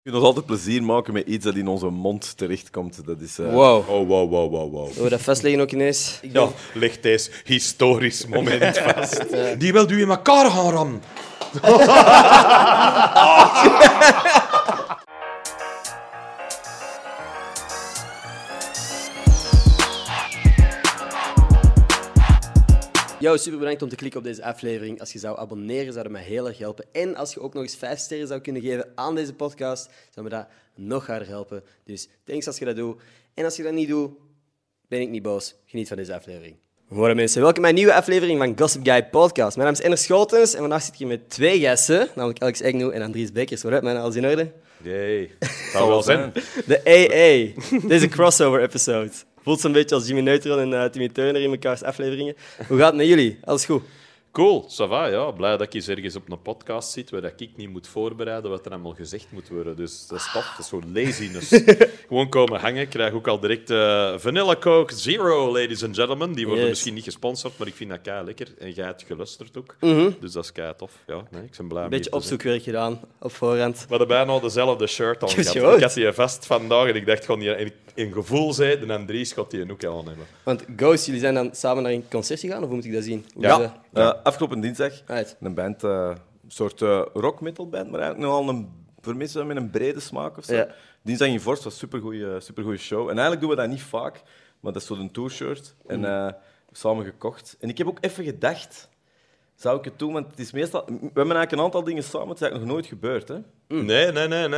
Je kunt ons altijd plezier maken met iets dat in onze mond terechtkomt. Dat is... Wow. Oh, wow. Zullen we dat vastleggen ook ineens? Ja, leg deze historisch moment vast. Die wil u in elkaar gaan rammen. Yo, super bedankt om te klikken op deze aflevering. Als je zou abonneren, zou dat mij heel erg helpen. En als je ook nog eens 5 sterren zou kunnen geven aan deze podcast, zou me dat nog harder helpen. Dus thanks als je dat doet. En als je dat niet doet, ben ik niet boos. Geniet van deze aflevering. Goedemorgen mensen, welkom bij een nieuwe aflevering van Gossip Guy Podcast. Mijn naam is Ender Schotens en vandaag zit ik hier met 2 gasten, namelijk Alex Egnoe en Andries Bekkers. Wat up, man? Alles in orde? Jee, zou wel zijn. De AA, deze crossover episode. Voelt zo'n beetje als Jimmy Neutron en Timmy Turner in mekaars afleveringen. Hoe gaat het met jullie? Alles goed? Cool, ça va, ja. Blij dat ik eens ergens op een podcast zit waar ik niet moet voorbereiden wat er allemaal gezegd moet worden. Dus dat is tof, dat is zo laziness. Gewoon komen hangen. Ik krijg ook al direct Vanilla Coke Zero, ladies and gentlemen. Die worden misschien niet gesponsord, maar ik vind dat kei lekker. En jij hebt gelusterd ook. Dus dat is kei tof. Ja, nee, ik ben blij Een mee beetje opzoekwerk gedaan op voorhand. We hadden bijna dezelfde shirt aan gehad. Goed. Ik had die vast vandaag en ik dacht, gewoon in gevoel zei, de Andries gaat die ook aan hebben. Want Ghost, jullie zijn dan samen naar een concert gegaan, of hoe moet ik dat zien? Hoe Ja. is dat? Afgelopen dinsdag, Right. een band, een soort rock-metal band, maar eigenlijk nogal voor mensen met een brede smaak of zo. Ja. Dinsdag in Vorst was een supergoeie show. En eigenlijk doen we dat niet vaak, maar dat is zo'n tourshirt. En samen gekocht. En ik heb ook even gedacht, zou ik het doen? Want het is meestal... We hebben eigenlijk een aantal dingen samen, het is eigenlijk nog nooit gebeurd, hè? Nee.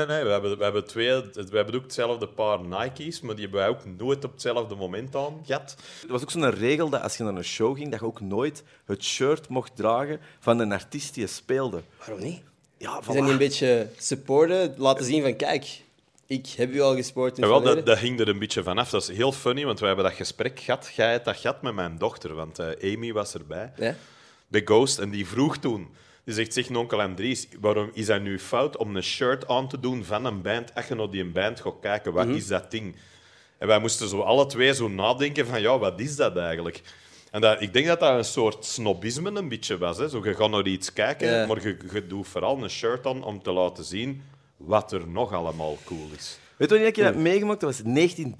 We hebben ook hetzelfde paar Nike's, maar die hebben wij ook nooit op hetzelfde moment aan gehad. Er was ook zo'n regel dat als je naar een show ging, dat je ook nooit het shirt mocht dragen van een artiest die je speelde. Waarom niet? Ja, We zijn die een beetje supporten, laten zien van kijk, ik heb u al gesport in het Jawel, verleden. dat hing er een beetje vanaf. Dat is heel funny, want we hebben dat gesprek gehad. Jij hebt dat gehad met mijn dochter, want Amy was erbij. Ja? Bij Ghost, en die vroeg toen... Die zegt, zeg, onkel Andries, waarom is dat nu fout om een shirt aan te doen van een band? Als je naar die band gaat kijken, wat is dat ding? En wij moesten zo alle twee zo nadenken van, ja, wat is dat eigenlijk? En ik denk dat dat een soort snobisme een beetje was. Hè? Zo, je gaat naar iets kijken, Ja. maar je doet vooral een shirt aan om te laten zien wat er nog allemaal cool is. Weet je wanneer ik dat meegemaakt? Dat was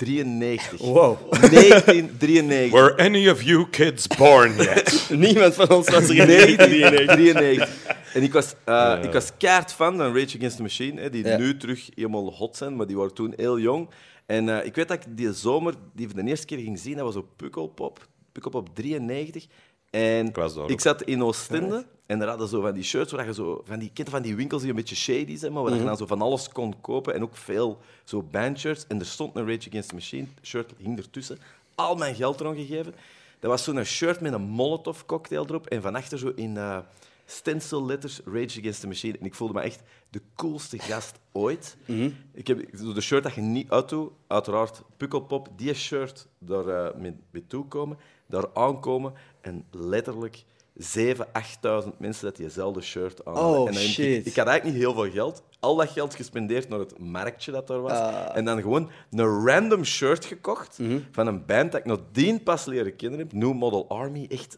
1993. Wow. 1993. Were any of you kids born yet? Niemand van ons was er in 1993. En ik was keihard fan van Rage Against the Machine, hè, die Ja. nu terug helemaal hot zijn, maar die waren toen heel jong. En ik weet dat ik die zomer die voor de eerste keer ging zien, dat was op Pukkelpop 93. En Ik was daar ik ook. zat in Oostende en daar hadden zo van die shirts waar je zo van die winkels die een beetje shady zijn, maar waar je dan zo van alles kon kopen en ook veel zo bandshirts. En er stond een Rage Against the Machine shirt, hing ertussen. Al mijn geld erom gegeven. Dat was zo'n shirt met een Molotov cocktail erop en van achter zo in stencil letters Rage Against the Machine. En ik voelde me echt de coolste gast ooit. Ik heb zo de shirt dat je niet uitdoet, uiteraard Pukkelpop, die shirt daar mee toekomen, daar aankomen en letterlijk 7.000, 8.000 mensen dat diezelfde shirt aan hadden. Oh, en dan shit. Ik had eigenlijk niet heel veel geld. Al dat geld gespendeerd naar het marktje dat daar was. En dan gewoon een random shirt gekocht van een band dat ik nadien pas leren kennen heb. New Model Army. Echt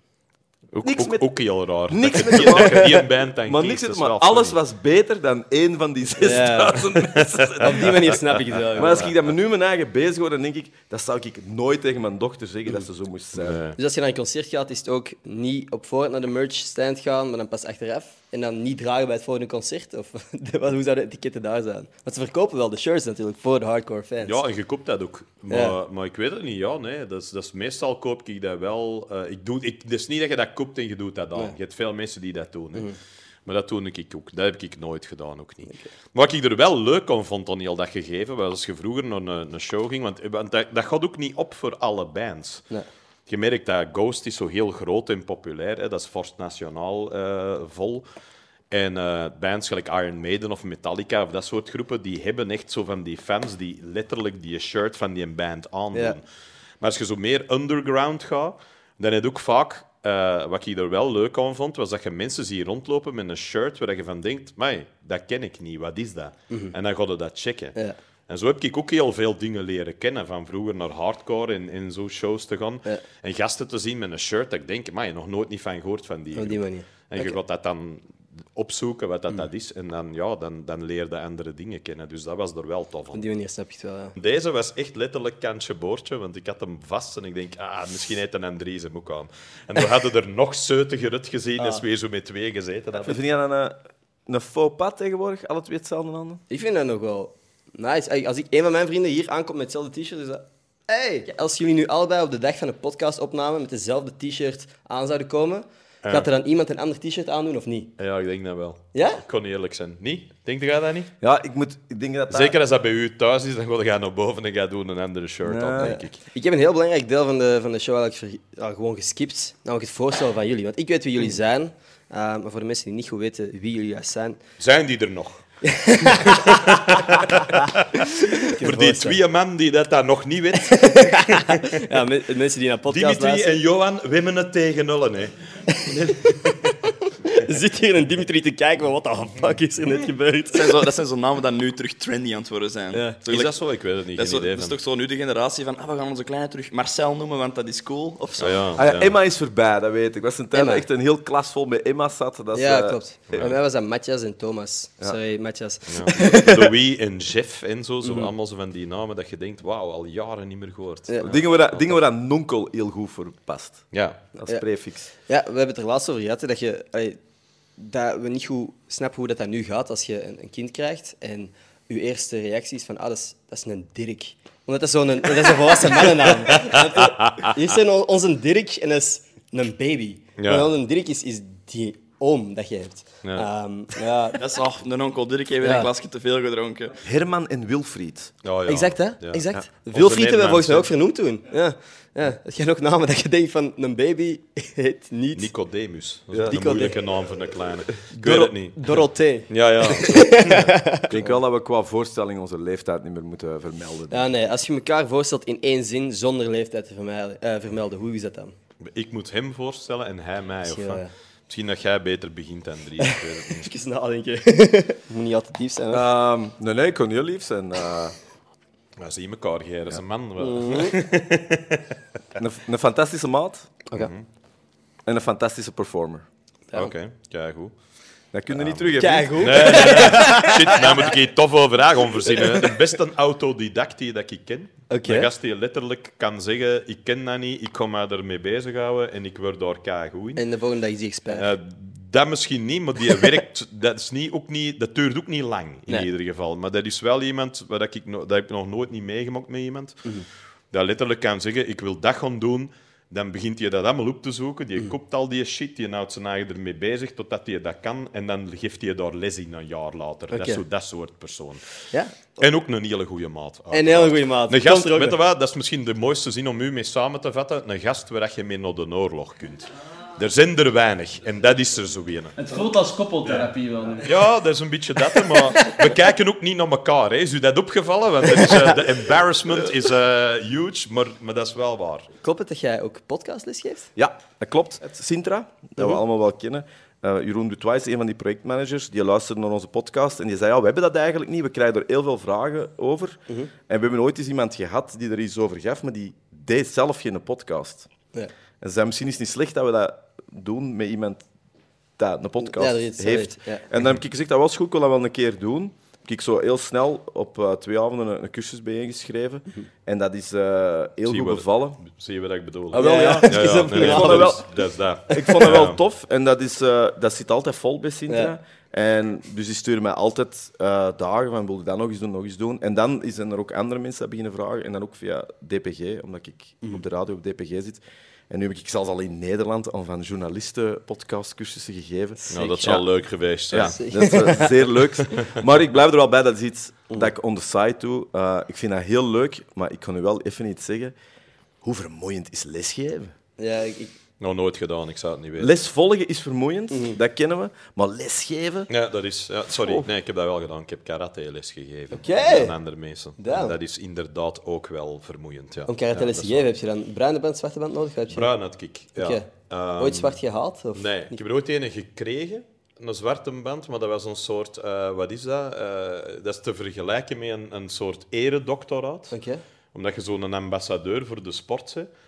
niks met- Ook heel raar. niks Dat met je de maken. die een band dan Maar, kiest, niks, dat is maar wel alles funny. was beter dan één van die 6.000 mensen. Op die manier snap ik het wel. Maar als ik dat me nu mijn eigen bezig hoor, dan denk ik, dat zou ik nooit tegen mijn dochter zeggen dat ze zo moest zijn. Nee. Dus als je naar een concert gaat, is het ook niet op voorhand naar de merchstand gaan, maar dan pas achteraf. En dan niet dragen bij het volgende concert? Of hoe zouden de etiketten daar zijn? Want ze verkopen wel de shirts natuurlijk voor de hardcore fans. Ja, en je koopt dat ook. Maar, Ja. maar ik weet het niet. Ja, nee. Dat is meestal koop ik dat wel. Het is niet dat je dat koopt en je doet dat aan. Nee. Je hebt veel mensen die dat doen. Hè. Maar dat doe ik ook. Dat heb ik nooit gedaan. Ook niet. Wat ik er wel leuk aan vond, aan heel dat gegeven, was als je vroeger naar een show ging. Want dat gaat ook niet op voor alle bands. Nee. Je merkt dat Ghost is zo heel groot en populair. Hè. Dat is Forst Nationaal vol. En bands gelijk Iron Maiden of Metallica of dat soort groepen, die hebben echt zo van die fans die letterlijk die shirt van die band aandoen. Ja. Maar als je zo meer underground gaat, dan heb je ook vaak... wat ik er wel leuk aan vond, was dat je mensen ziet rondlopen met een shirt waar je van denkt, "Mai, dat ken ik niet, wat is dat?" En dan ga je dat checken. Ja. En zo heb ik ook heel veel dingen leren kennen, van vroeger naar hardcore en zo shows te gaan. Ja. En gasten te zien met een shirt dat ik denk, "Mai, nog nooit niet van gehoord van die Op die groep." manier. En je gaat dat dan opzoeken wat dat is. En dan leer je andere dingen kennen. Dus dat was er wel tof Op aan. die manier snap je het wel, ja. Deze was echt letterlijk kantje boordje, want ik had hem vast en ik denk, misschien heeft een Andries hem ook aan. En we hadden er nog zeutiger uit gezien als we hier zo met 2 gezeten hadden. Vind je een faux pas tegenwoordig? Alle 2 hetzelfde handen? Ik vind dat nog wel nice. Als een van mijn vrienden hier aankomt met hetzelfde t-shirt, is dat... Hey, als jullie nu allebei op de dag van de podcastopname met dezelfde t-shirt aan zouden komen, gaat er dan iemand een ander t-shirt aandoen of niet? Ja, ik denk dat wel. Ja? Ik kon niet eerlijk zijn. Niet? Denk jij dat niet? Ja, ik denk dat... Zeker als dat bij u thuis is, dan ga je naar boven en ga doen een andere shirt aan, Ja. denk ik. Ik heb een heel belangrijk deel van de show eigenlijk gewoon geskipt. Namelijk het voorstel van jullie. Want ik weet wie jullie zijn. Maar voor de mensen die niet goed weten wie jullie juist zijn... Zijn die er nog? Voor die 2 man die dat nog niet weet. Ja, mensen die naar podcast Dimitri luisteren. en Johan, we hebben het tegen nullen. Hè. Er zit hier een Dimitri te kijken, maar wat de fuck is er net gebeurd? Dat zijn zo namen die nu terug trendy aan het worden zijn. Ja. Zo Is gelijk- dat zo? Ik weet het niet. Dat is, Geen zo, idee dat is van. toch zo nu de generatie van we gaan onze kleine terug Marcel noemen, want dat is cool, of zo. Ah, ja, Ah, ja, ja. Emma is voorbij, dat weet ik. Was een tijd dat Emma. echt een heel klas vol met Emma's zat. Dat is, Ja, klopt. Bij mij was dat Matthias en Thomas. Sorry, Matthias. Ja. Louis en Jeff en zo, allemaal zo van die namen dat je denkt, wauw, al jaren niet meer gehoord. Ja. Dingen waar dat nonkel heel goed voor past. Ja. Als Ja. prefix. Ja, we hebben het er laatst over gehad, hè, dat we niet goed snappen hoe dat nu gaat als je een kind krijgt en je eerste reactie is van, dat is een Dirk. Omdat dat is een volwassen mannennaam. Hier zijn onze Dirk en dat is een baby. Ja. Maar een Dirk is die oom dat je hebt. Ja. Ja. Dat is de onkel Dirk heeft weer Ja. een glasje te veel gedronken. Herman en Wilfried. Ja, ja. Exact, hè? Ja. Exact. Ja. Veel Onze frieten hebben we volgens mij ook Nederlandse. vernoemd toen. Ja. Ja. Het zijn ook namen dat je denkt van, een baby heet niet... Nicodemus. Dat is Ja. een Nicodemus. moeilijke naam voor een kleine. Ik weet het niet. Dorothee. Ja, ja. Ik denk wel dat we qua voorstelling onze leeftijd niet meer moeten vermelden. Ja, nee, als je elkaar voorstelt in 1 zin zonder leeftijd te vermelden, hoe is dat dan? Ik moet hem voorstellen en hij mij. Of, Misschien wel, wat? ja. Misschien dat jij beter begint dan Dries. Ik weet het niet. Even nadenken. Moet niet altijd dief zijn, hè? Nee, ik kon heel lief zijn. Maar zie je elkaar, jij dat is een man. Een fantastische maat Oké. en een fantastische performer. Ja. Oké, kijk goed. Dat kun je niet terug, hè, Kijk, vriend? goed. Nee. Shit, nou moet ik hier tof over gaan verzinnen. De beste autodidact die dat ik ken. Oké. Een gast die letterlijk kan zeggen, ik ken dat niet, ik kom mij ermee bezighouden en ik word daar keigoed in. En de volgende dag is die expert. Dat misschien niet, maar die werkt. Dat duurt ook niet lang, in Nee. ieder geval. Maar dat is wel iemand, dat heb ik nog nooit niet meegemaakt met iemand, dat letterlijk kan zeggen, ik wil dat gaan doen. Dan begint je dat allemaal op te zoeken. Die koopt al die shit, die houdt zijn eigen ermee bezig totdat hij dat kan. En dan geeft hij daar les in een jaar later. Dat Oké. is zo dat soort persoon. Ja? En ook een hele goede maat. En een hele goede maat. Een Komt gast, er ook weet je nog. wat, dat is misschien de mooiste zin om u mee samen te vatten. Een gast waar je mee naar de oorlog kunt. Er zijn er weinig. En dat is er zo een. Het voelt als koppeltherapie wel nu. Ja, dat is een beetje dat, hè, maar we kijken ook niet naar elkaar. Hè. Is u dat opgevallen? Want dat is, de embarrassment is huge, maar dat is wel waar. Klopt het dat jij ook podcastles geeft? Ja, dat klopt. Het Sintra, dat we allemaal wel kennen. Jeroen Dutois, een van die projectmanagers, die luisterde naar onze podcast en die zei, ja, we hebben dat eigenlijk niet, we krijgen er heel veel vragen over. En we hebben ooit eens iemand gehad die er iets over gaf, maar die deed zelf geen podcast. Ja. En ze zei, misschien is het niet slecht dat we dat doen met iemand dat een podcast Ja, er iets heeft. weet, ja. En dan heb ik gezegd, dat was goed, ik wil dat wel een keer doen. Heb ik zo heel snel op 2 avonden een cursus bijeengeschreven. En dat is heel goed bevallen. Zie je wat ik bedoel? Ah, wel, ja. Ja, ja, Ik nee, vond het wel- dat is dat. Ik vond het wel Ja. tof en dat zit altijd vol bij Sintra. Ja. En dus die sturen mij altijd dagen van wil je dat nog eens doen. En dan zijn er ook andere mensen die beginnen vragen. En dan ook via DPG, omdat ik op de radio op DPG zit. En nu heb ik zelfs al in Nederland al van journalisten podcastcursussen gegeven. Nou, dat zou leuk geweest zijn. Ja, dat is zeer leuk. Maar ik blijf er wel bij, dat is iets dat ik on the side doe. Ik vind dat heel leuk, maar ik kan u wel even niet zeggen hoe vermoeiend is lesgeven. Ja, Nog nooit gedaan, ik zou het niet weten. Les volgen is vermoeiend, dat kennen we. Maar lesgeven... Ja, dat is... Ja, sorry, Oh. nee, ik heb dat wel gedaan. Ik heb karate-les gegeven Oké. aan andere mensen. Damn. En dat is inderdaad ook wel vermoeiend. Ja. om karate les Ja, te dat is geven, heb je dan bruine band, zwarte band nodig? Heb je... Bruin had ik. Ja. Oké. Ooit zwart gehaald? Of Nee, ik heb er ooit een gekregen, een zwarte band, maar dat was een soort... wat is dat? Dat is te vergelijken met een soort eredoctoraat. Oké. Omdat je zo'n ambassadeur voor de sport bent.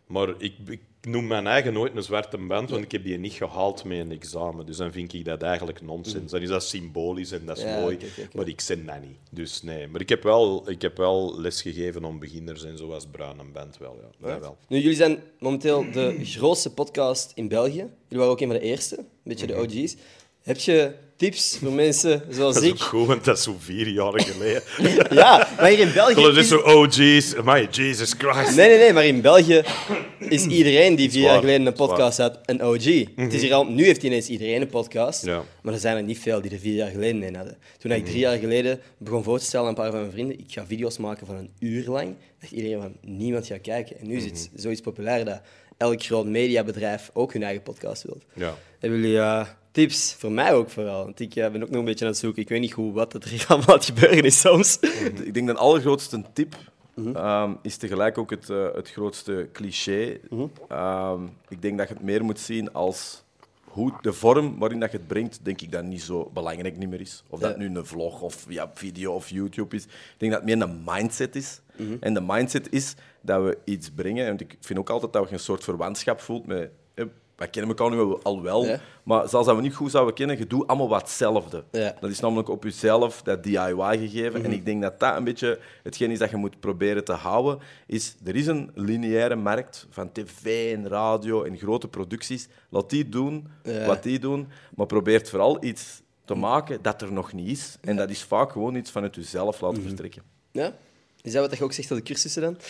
Maar ik noem mijn eigen nooit een zwarte band, want ik heb die niet gehaald met een examen. Dus dan vind ik dat eigenlijk nonsens. Dan is dat symbolisch en dat is mooi, oké. maar ik zend dat niet. Dus nee. Maar ik heb wel les gegeven aan beginners en zo als Bruin en Band wel. Ja. Dat wel. Nu, jullie zijn momenteel de grootste podcast in België. Jullie waren ook een van de eerste, een beetje de OG's. Heb je tips voor mensen zoals Dat is ik? ook goed, want dat is zo 4 jaar geleden. Ja, maar hier in België... Dat is zo OG's. Amai, Jesus Christ. Nee, maar in België is iedereen die 4 jaar waar, geleden een dat is podcast had een OG. Het is hier al, nu heeft ineens iedereen een podcast, Ja. maar er zijn er niet veel die er 4 jaar geleden een hadden. Toen ik 3 jaar geleden begon voor te stellen aan een paar van mijn vrienden, ik ga video's maken van 1 uur lang, dacht iedereen van, niemand gaat kijken. En nu is het zoiets populair dat elk groot mediabedrijf ook hun eigen podcast wil. Ja. Hebben jullie tips? Voor mij ook vooral, want ik ben ook nog een beetje aan het zoeken. Ik weet niet goed wat er hier allemaal aan het gebeuren is soms. Ik denk dat de allergrootste tip is tegelijk ook het grootste cliché. Ik denk dat je het meer moet zien als hoe de vorm waarin dat je het brengt, denk ik dat niet zo belangrijk niet meer is. Of dat nu een vlog of video of YouTube is. Ik denk dat het meer een mindset is. En de mindset is dat we iets brengen. En ik vind ook altijd dat je een soort verwantschap voelt met... Wij kennen elkaar nu al wel, Ja. maar zelfs dat we niet goed zouden kennen, je doet allemaal wat hetzelfde. Ja. Dat is namelijk op jezelf, dat DIY-gegeven. En ik denk dat dat een beetje hetgeen is dat je moet proberen te houden. Er is een lineaire markt van tv en radio en grote producties. Laat die doen wat die doen, maar probeer vooral iets te maken dat er nog niet is. En dat is vaak gewoon iets vanuit jezelf laten vertrekken. Ja? Is dat wat je ook zegt op de cursussen dan?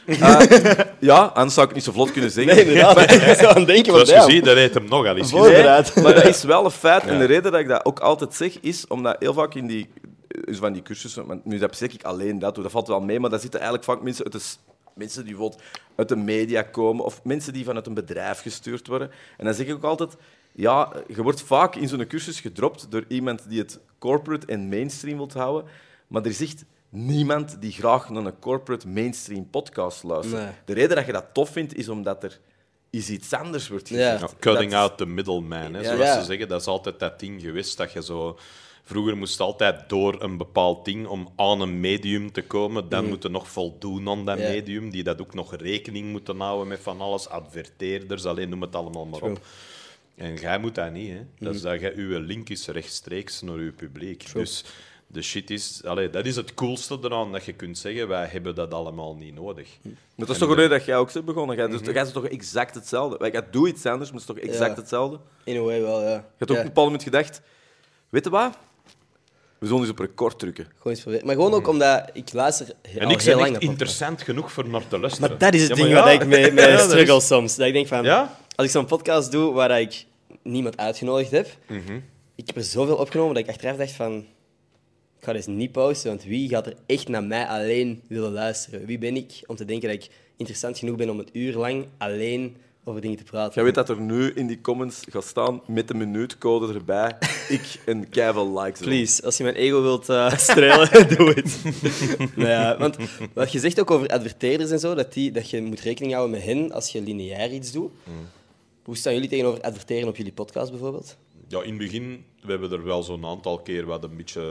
Ja, anders zou ik het niet zo vlot kunnen zeggen. Nee, inderdaad. Ik zou aan denken, Zoals want je ziet, dat heet hem nog al eens. voorbereid. Maar dat is wel een feit. En de reden dat ik dat ook altijd zeg, is omdat heel vaak in die van die cursussen, want nu zeg ik alleen dat, dat valt wel mee, maar daar zitten eigenlijk vaak mensen mensen die bijvoorbeeld uit de media komen of mensen die vanuit een bedrijf gestuurd worden. En dan zeg ik ook altijd, ja, je wordt vaak in zo'n cursus gedropt door iemand die het corporate en mainstream wilt houden, maar er is echt niemand die graag naar een corporate mainstream podcast luistert. Nee. De reden dat je dat tof vindt, is omdat er iets anders wordt gezegd. Ja. Cutting Dat- out the middleman, hè, Ja. zoals Ja. ze zeggen. Dat is altijd dat ding geweest dat je zo... Vroeger moest je altijd door een bepaald ding om aan een medium te komen. Dan moet je nog voldoen aan dat Ja. medium, die dat ook nog rekening moeten houden met van alles. Adverteerders, alleen noem het allemaal maar op. En jij moet dat niet. Hè. Dat is dat je je link is rechtstreeks naar je publiek. Dus de shit is... dat is het coolste eraan dat je kunt zeggen. Wij hebben dat allemaal niet nodig. Maar dat is toch een reden dat jij ook bent begonnen? Jij is toch exact hetzelfde? Ik doe iets anders, maar het is toch exact hetzelfde? In a way wel, ja. Je hebt ook op een bepaald moment gedacht, weet je wat? We zullen eens op record drukken. Gewoon eens proberen. Maar gewoon ook omdat ik luister En al ik heel ben lang echt naar podcasts. interessant genoeg voor naar te luisteren. Maar dat is het Ja, ding maar wat ja. ik mee Ja, dat struggle is- soms. Dat ik denk van, Ja? als ik zo'n podcast doe waar ik niemand uitgenodigd heb, ik heb er zoveel opgenomen dat ik achteraf dacht van, ik ga dit niet posten, want wie gaat er echt naar mij alleen willen luisteren? Wie ben ik om te denken dat ik interessant genoeg ben om 1 uur lang alleen over dingen te praten? Jij weet dat er nu in die comments gaat staan met de minuutcode erbij. Ik en keiveel likes. Please, als je mijn ego wilt strelen, doe het. Nou ja, want wat je zegt ook over adverteerders en zo, dat je moet rekening houden met hen als je lineair iets doet. Hoe staan jullie tegenover adverteren op jullie podcast bijvoorbeeld? Ja, in het begin, we hebben er wel zo'n aantal keer wat een beetje...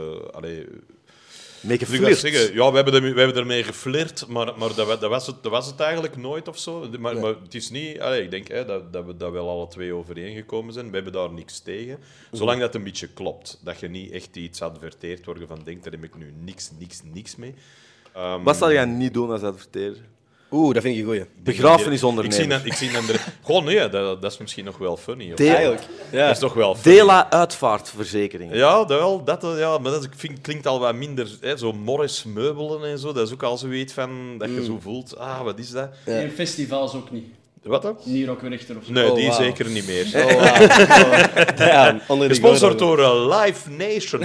Mee Hoe moet ik dat geflirt. zeggen? Ja, we hebben ermee geflirt, maar dat was het eigenlijk nooit of zo. Maar het is niet... ik denk dat we daar wel alle twee overeengekomen zijn. We hebben daar niks tegen. Zolang dat een beetje klopt. Dat je niet echt iets adverteert waar je van denkt, daar heb ik nu niks mee. Wat zal jij niet doen als adverteerder? Oeh, dat vind ik een goeie. Begrafenisondernemer. Ik zie dan er... Gewoon, nee, dat is misschien nog wel funny. Of? Eigenlijk. Ja. Dat is toch wel funny. Dela uitvaartverzekeringen. Ja, maar dat klinkt al wat minder. Hè, zo Morris meubelen en zo, dat is ook al zoiets van dat je zo voelt. Wat is dat? En festivals ook niet. Wat dan? Niet Rock Werchter of zo. Nee, Oh, die wauw. zeker niet meer. Oh, wow. Damn, onder de Gesponsord gordel. door Live Nation.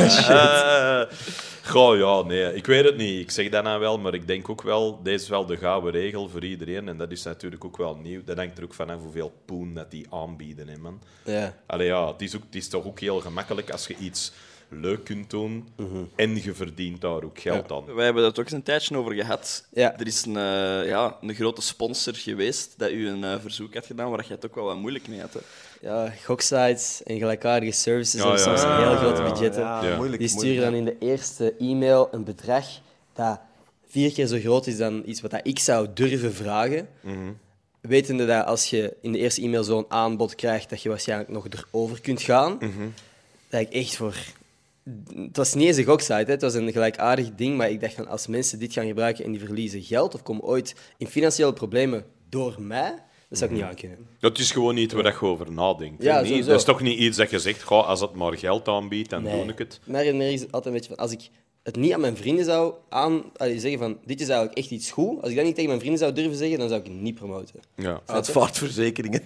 Goh, ja, nee, ik weet het niet. Ik zeg dat nou wel, maar ik denk ook wel, deze is wel de gouden regel voor iedereen. En dat is natuurlijk ook wel nieuw. Dat hangt er ook vanaf hoeveel poen dat die aanbieden, hè, man. Ja. Allee, ja, het is toch ook heel gemakkelijk als je iets leuk kunt doen en je verdient daar ook geld aan. Wij hebben daar toch eens een tijdje over gehad. Ja. Er is een grote sponsor geweest dat u een verzoek had gedaan waar je het ook wel wat moeilijk mee had. Hè. Ja, goksites en gelijkaardige services Ja, hebben ja, soms ja, heel grote ja, budgetten. Ja. Moeilijk. Die sturen dan in de eerste e-mail een bedrag dat 4 keer zo groot is dan iets wat ik zou durven vragen. wetende dat als je in de eerste e-mail zo'n aanbod krijgt, dat je waarschijnlijk nog erover kunt gaan, dat ik echt voor... Het was niet eens een goksite, hè. Het was een gelijkaardig ding, maar ik dacht van als mensen dit gaan gebruiken en die verliezen geld of komen ooit in financiële problemen door mij, dat zou ik niet aankunnen. Dat is gewoon niet waar je over nadenkt. Ja, hè. Niet, sowieso. dat is toch niet iets dat je zegt, goh, als het maar geld aanbiedt, dan doe ik het. Maar meer is het altijd een beetje van, als ik het niet aan mijn vrienden zou zeggen van, dit is eigenlijk echt iets goed, als ik dat niet tegen mijn vrienden zou durven zeggen, dan zou ik het niet promoten. Ja. Uitvaartverzekeringen.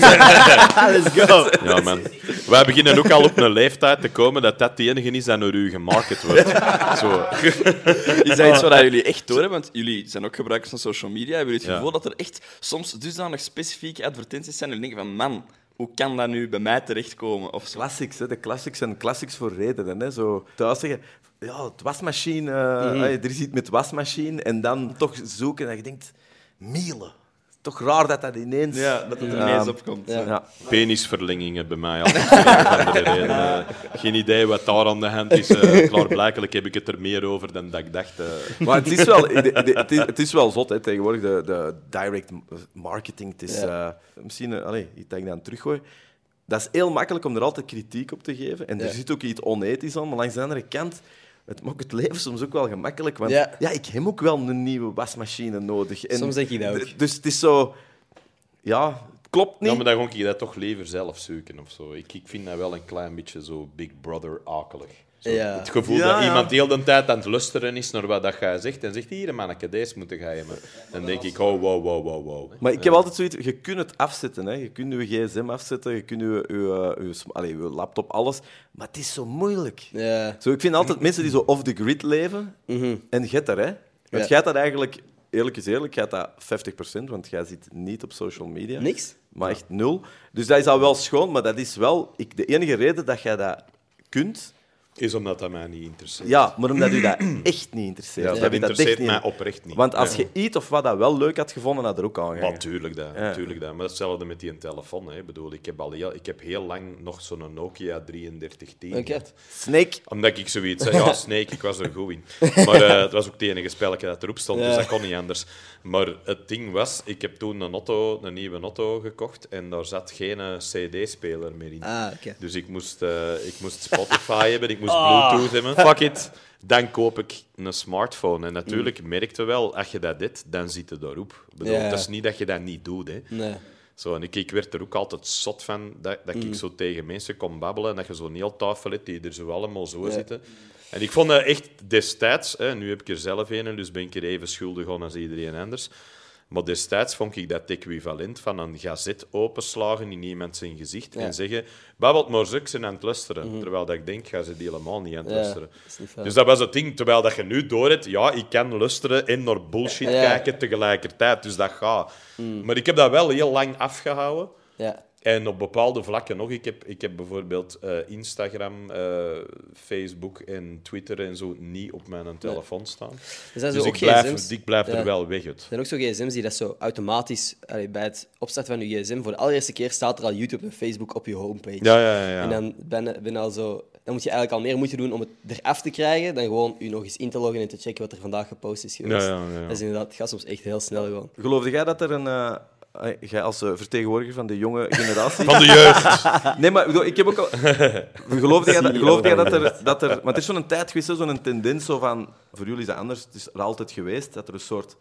Let's go! Ja, man. Wij beginnen ook al op een leeftijd te komen dat dat de enige is dat door u gemarket wordt. Zo. Is dat iets wat jullie echt door hebben? Want jullie zijn ook gebruikers van social media. Hebben jullie het gevoel Ja. dat er echt soms dusdanig specifieke advertenties zijn en jullie denken van, man, hoe kan dat nu bij mij terechtkomen? Of zo? Classics, hè. De classics zijn classics voor redenen. Hè. Zo thuis zeggen, ja, het wasmachine, er is iets met wasmachine. En dan toch zoeken en je denkt, Miele. Toch raar dat dat ineens... Ja, dat het er ineens opkomt. Ja. Ja. Penisverlengingen bij mij altijd. Voor andere reden. Geen idee wat daar aan de hand is. Klaarblijkelijk heb ik het er meer over dan dat ik dacht. Maar het is wel, het is wel zot, hè, tegenwoordig, de direct marketing. Het is misschien iets dat ik dan teruggooi. Dat is heel makkelijk om er altijd kritiek op te geven. En er zit ook iets onethisch aan. Maar langs de andere kant, het maakt het leven soms ook wel gemakkelijk. Want Ja. ik heb ook wel een nieuwe wasmachine nodig. En Soms denk ik dat ook. Dus het is zo... Ja, het klopt niet. Ja, maar dan ga ik dat toch liever zelf zoeken of zo. Ik vind dat wel een klein beetje zo Big Brother-akelig. Zo, Ja. Het gevoel Ja, dat ja. iemand de hele tijd aan het luisteren is naar wat dat jij zegt en zegt, hier manneke, deze moet je hebben. Dan denk ik, oh, wow. Maar ik heb altijd zoiets, je kunt het afzetten. Hè. Je kunt je gsm afzetten, je kunt je laptop, alles. Maar het is zo moeilijk. Ja. Zo, ik vind altijd mensen die zo off the grid leven, en get er, hè. Want Ja. jij dat eigenlijk, eerlijk is eerlijk, jij dat 50%, want jij zit niet op social media. Niks? Maar echt 0. Dus dat is al wel schoon, maar dat is wel... de enige reden dat jij dat kunt, Is omdat dat mij niet interesseert. ja, maar omdat u dat echt niet interesseert. Ja, Dat dat u interesseert echt niet- mij oprecht niet. Want als Ja. je iets of wat dat wel leuk had gevonden, had er ook aan gegaan. Natuurlijk dat, natuurlijk dat. Maar hetzelfde met die telefoon. Hè. Ik bedoel, ik heb heel lang nog zo'n Nokia 3310 Oké. gehad. Snake. Omdat ik zoiets zei, ja, Snake, ik was er goed in. Maar het was ook het enige spelletje dat erop stond, dus dat kon niet anders. Maar het ding was, ik heb toen een nieuwe auto gekocht en daar zat geen CD-speler meer in. Ah, oké. Dus ik moest Spotify hebben, ik moest Bluetooth hebben. Fuck it. Dan koop ik een smartphone. En natuurlijk merkte wel, als je dat deed, dan zit je daarop. Ik bedoel, Ja. Het is niet dat je dat niet doet. Hè. Nee. Zo, en ik werd er ook altijd zot van dat ik zo tegen mensen kon babbelen en dat je zo'n heel tafel hebt die er zo allemaal zo zitten. En ik vond dat echt destijds, hè, nu heb ik er zelf een, dus ben ik er even schuldig aan als iedereen anders. Maar destijds vond ik dat equivalent van een gazet openslagen in iemand zijn gezicht en zeggen, babbelt maar zulks en aan het luisteren. Terwijl dat ik denk, ga ze die helemaal niet aan het luisteren. dat is niet fijn. Dus dat was het ding. Terwijl dat je nu door hebt, ja, ik kan luisteren en naar bullshit kijken tegelijkertijd. Dus dat gaat. Maar ik heb dat wel heel lang afgehouden. Ja. En op bepaalde vlakken nog. Ik heb bijvoorbeeld Instagram, Facebook en Twitter en zo niet op mijn telefoon staan. Er zijn zo Dus ook ik gsm's. blijf Ja. er wel weg uit. Er zijn ook zo gsm's die dat zo automatisch, bij het opstarten van je gsm, voor de allereerste keer staat er al YouTube en Facebook op je homepage. Ja. En dan ben al zo... Dan moet je eigenlijk al meer moeite doen om het eraf te krijgen dan gewoon je nog eens in te loggen en te checken wat er vandaag gepost is geweest. Ja. Dat is inderdaad, het gaat soms echt heel snel gewoon. Geloofde jij dat er een... jij als vertegenwoordiger van de jonge generatie... Van de jeugd. Nee, maar ik bedoel, ik heb ook al... Geloofde jij dat er... Maar het is zo'n tijd geweest, zo'n tendens zo van... Voor jullie is dat anders, het is er altijd geweest, dat er een soort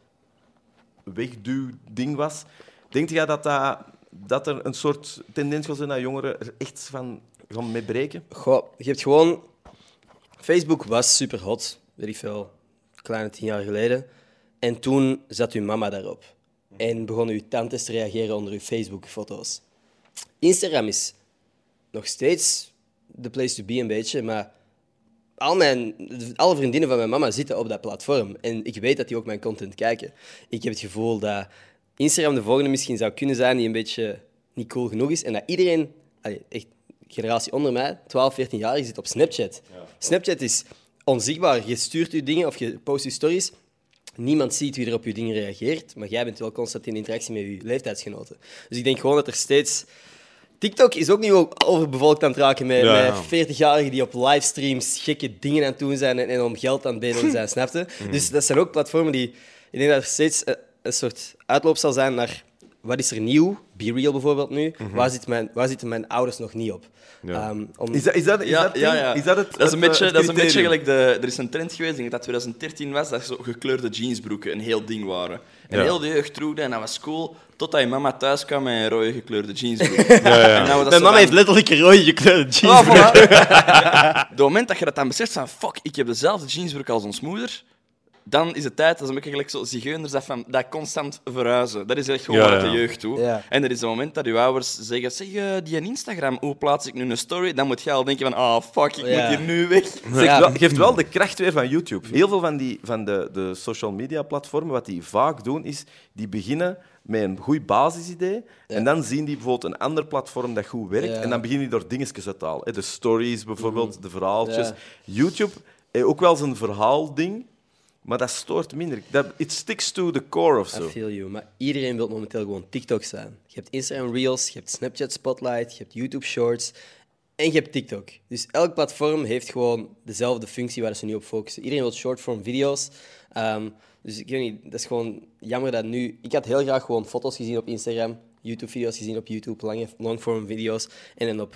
wegduw-ding was. Denk jij dat er een soort tendens was dat jongeren er echt van gaan mee breken? Goh, je hebt gewoon... Facebook was super hot, weet ik veel, kleine 10 jaar geleden. En toen zat uw mama daarop. En begonnen uw tantes te reageren onder uw Facebook-foto's. Instagram is nog steeds de place to be een beetje, maar alle vriendinnen van mijn mama zitten op dat platform. En ik weet dat die ook mijn content kijken. Ik heb het gevoel dat Instagram de volgende misschien zou kunnen zijn die een beetje niet cool genoeg is. En dat iedereen, echt generatie onder mij, 12, 14 jaar, zit op Snapchat. Ja. Snapchat is onzichtbaar. Je stuurt je dingen of je post je stories. Niemand ziet wie er op je dingen reageert, maar jij bent wel constant in interactie met je leeftijdsgenoten. Dus ik denk gewoon dat er steeds... TikTok is ook niet overbevolkt aan het raken met 40-jarigen die op livestreams gekke dingen aan het doen zijn en om geld aan het bedelen zijn, snap je? Dus dat zijn ook platformen die... Ik denk dat er steeds een soort uitloop zal zijn naar wat is er nieuw? Be Real bijvoorbeeld nu. Waar zitten mijn ouders nog niet op? Ja. Is dat het Dat is een beetje criterium? gelijk er is een trend geweest, ik denk dat 2013 was, dat zo gekleurde jeansbroeken een heel ding waren. En heel de jeugd droeg dat en dat was cool, totdat je mama thuis kwam met een rode gekleurde jeansbroek. En dan was dat Mijn zo mama van- heeft letterlijk een rode gekleurde jeans. Oh, voilà. Op het moment dat je dat dan beseft van fuck, ik heb dezelfde jeansbroek als ons moeder, dan is het tijd, dat is een beetje gelijk zo zigeuners dat constant verhuizen. Dat is echt gewoon Ja, wat ja. de jeugd doet. Ja. En er is een moment dat je ouders zeggen, die in Instagram, hoe plaats ik nu een story? Dan moet je al denken van, oh fuck, ik Ja. moet hier nu weg. Geeft wel de kracht weer van YouTube. Heel veel van de social media platformen, wat die vaak doen, is die beginnen met een goed basisidee en dan zien die bijvoorbeeld een ander platform dat goed werkt Ja. en dan beginnen die er dingetjes uit te halen. Hè. De stories bijvoorbeeld, de verhaaltjes. Ja. YouTube ook wel zijn verhaalding, maar dat stoort minder. It sticks to the core of I zo. feel you. Maar iedereen wil momenteel gewoon TikTok zijn. Je hebt Instagram Reels, je hebt Snapchat Spotlight, je hebt YouTube Shorts en je hebt TikTok. Dus elk platform heeft gewoon dezelfde functie waar ze nu op focussen. Iedereen wil short-form video's. Dus ik weet niet, dat is gewoon jammer dat nu... Ik had heel graag gewoon foto's gezien op Instagram, YouTube-video's gezien op YouTube, long-form video's en dan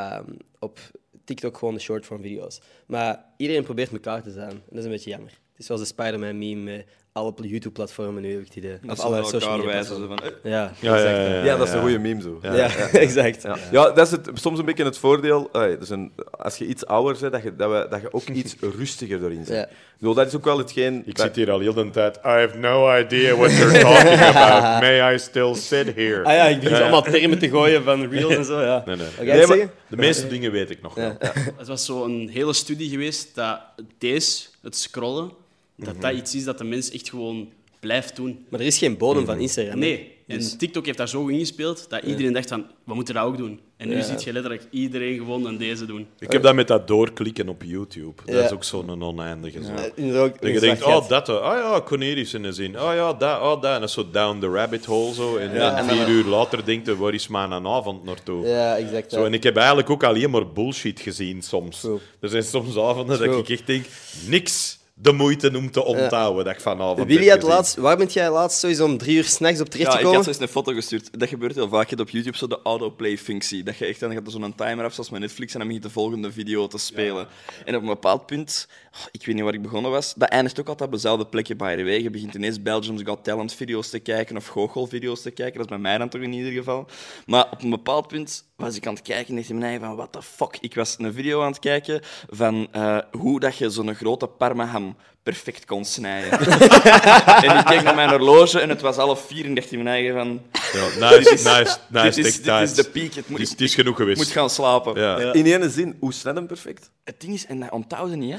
op TikTok gewoon de short-form video's. Maar iedereen probeert elkaar te zijn. En dat is een beetje jammer. Het is zoals de Spider-Man-meme met alle YouTube-platformen nu, heb ik het idee. Dat Of ze alle naar social elkaar media wijzen. Zo platformen. van, Ja, Ja, exact. Ja, dat is een goede meme zo. Ja, exact. Ja, dat is soms een beetje het voordeel. Als je iets ouder bent, dat je ook iets rustiger erin zit. Ja. Ik bedoel, dat is ook wel hetgeen... Ik zit hier al heel de tijd. I have no idea what you're talking about. May I still sit here? Ah ja, ik begin zo allemaal termen te gooien van reels en zo, ja. Nee. Wat ga je het zeggen? De meeste dingen weet ik nog wel. Het was zo een hele studie geweest dat het scrollen, dat iets is dat de mens echt gewoon blijft doen. Maar er is geen bodem van Instagram. hè? Nee. En TikTok heeft daar zo ingespeeld dat iedereen dacht van, we moeten dat ook doen. En nu Ja. zie je letterlijk iedereen gewoon aan deze doen. Ik heb dat met dat doorklikken op YouTube. Dat Ja. is ook zo'n oneindige. Zo. Inderdaad, Dat je denkt, dat, ja, ik kon hier eens in zien. Ja, dat. En dat is zo down the rabbit hole. Zo. En 4 uur later denkt je, waar is mijn avond naartoe? Ja, exact. Zo, en ik heb eigenlijk ook alleen maar bullshit gezien soms. True. Er zijn soms avonden True. dat ik echt denk, niks de moeite om te onthouden dat ik vanavond Willy, heb gezien. waar bent jij laatst sowieso om 3 uur 's nachts op terecht Ja, ik gekomen? had zo eens een foto gestuurd. Dat gebeurt heel vaak. Je hebt op YouTube zo de autoplay-functie. Dat je echt dan gaat er zo'n timer af, zoals met Netflix, en dan begint de volgende video te spelen. En op een bepaald punt, ik weet niet waar ik begonnen was, dat eindigt ook altijd op dezelfde plekje, by the way. Je begint ineens Belgium's Got Talent video's te kijken of goochel-video's te kijken. Dat is bij mij dan toch in ieder geval. Maar op een bepaald punt was ik aan het kijken en dacht in mijn eigen van, what the fuck? Ik was een video aan het kijken van hoe dat je zo'n grote parmaham perfect kon snijden. En ik keek naar mijn horloge en het was 3:30 en dacht in mijn eigen van... Ja, nice dit is de piek. Het is genoeg geweest. moet gaan slapen. Ja. In ene zin, hoe snel en perfect? Het ding is, en dat onthouden niet, hè?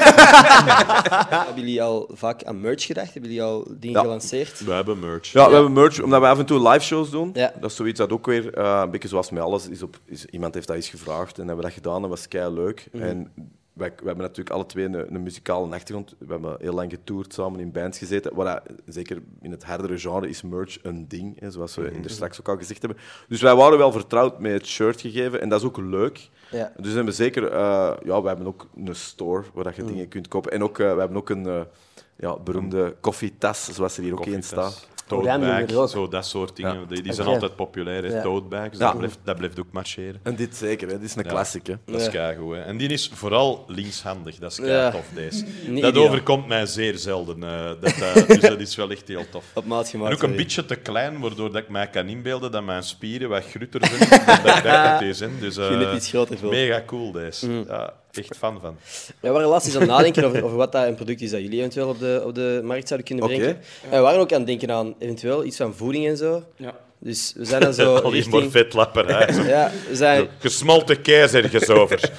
Hebben jullie al vaak aan merch gedacht? Hebben jullie al dingen Ja. gelanceerd? We hebben merch. Ja, we hebben merch, omdat we af en toe live shows doen. Ja. Dat is zoiets dat ook weer, een beetje zoals met alles, iemand heeft dat eens gevraagd en hebben we dat gedaan. Dat was kei leuk. En we hebben natuurlijk alle twee een muzikale achtergrond. We hebben heel lang getoerd, samen in bands gezeten. Zeker in het hardere genre is merch een ding, hè, zoals we er straks ook al gezegd hebben. Dus wij waren wel vertrouwd met het shirt gegeven en dat is ook leuk. Ja. Dus we hebben zeker, we hebben ook een store waar dat je dingen kunt kopen. En ook, we hebben ook een beroemde koffietas, zoals er hier ook in staat. Oh, daar doen we Tote er ook. bag, zo dat soort dingen. Ja. Die zijn Oké. altijd populair, hè. Ja. Tote bags, Ja. dat blijft ook marcheren. En dit zeker, hè. Dit is een classic. Hè. Dat is keigoed, hè. En die is vooral linkshandig. Dat is Ja. keitof, deze. Niet Dat ideaal. overkomt mij zeer zelden. Dus dat is wel echt heel tof. Op maat En gemaakt. ook een beetje te klein, waardoor dat ik mij kan inbeelden dat mijn spieren wat grutter zijn dan dat ik met deze in. Dus, Je net iets groter voelt. mega cool, deze. Ja, echt fan van. We waren laatst eens aan het nadenken over wat dat een product is dat jullie eventueel op de markt zouden kunnen Oké. brengen. En we waren ook aan het denken aan eventueel iets van voeding en zo. Ja. Dus we zijn dan zo Alleen maar richting... vetlapperij. zo. Ja, we zijn... Gesmolten kaas ergens over.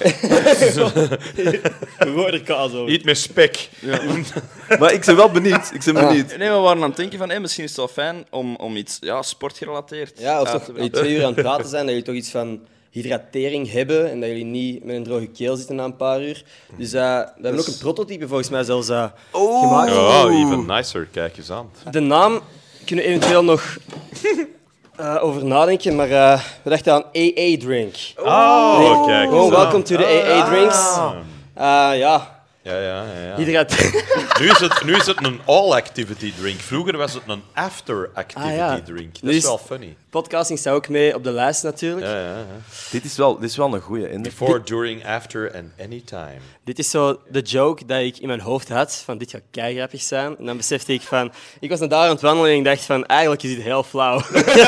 Gewoon kaas over. Eet met spek. Maar ik ben wel benieuwd. Nee, we waren aan het denken van, misschien is het wel fijn om iets sportgerelateerd Ja, of uit toch te jullie brengen. 2 uur aan het praten zijn, dat jullie toch iets van hydratering hebben en dat jullie niet met een droge keel zitten na een paar uur. Dus we hebben ook een prototype volgens mij zelfs gemaakt. Ja, even nicer. Kijk eens aan. De naam kunnen we eventueel nog over nadenken, maar we dachten aan AA Drink. Oh, kijk eens Gewoon aan. welcome to the AA Drinks. Ja, Ja. Nu is het een all-activity drink. Vroeger was het een after-activity drink. Dat Nu is wel funny. Podcasting staat ook mee op de lijst natuurlijk. Ja. Dit is wel een goeie. En Before, during, after and anytime. Dit is zo de joke dat ik in mijn hoofd had, van dit gaat keigrappig zijn. En dan besefte ik van... Ik was naar daar aan het wandelen en ik dacht van, eigenlijk is dit heel flauw.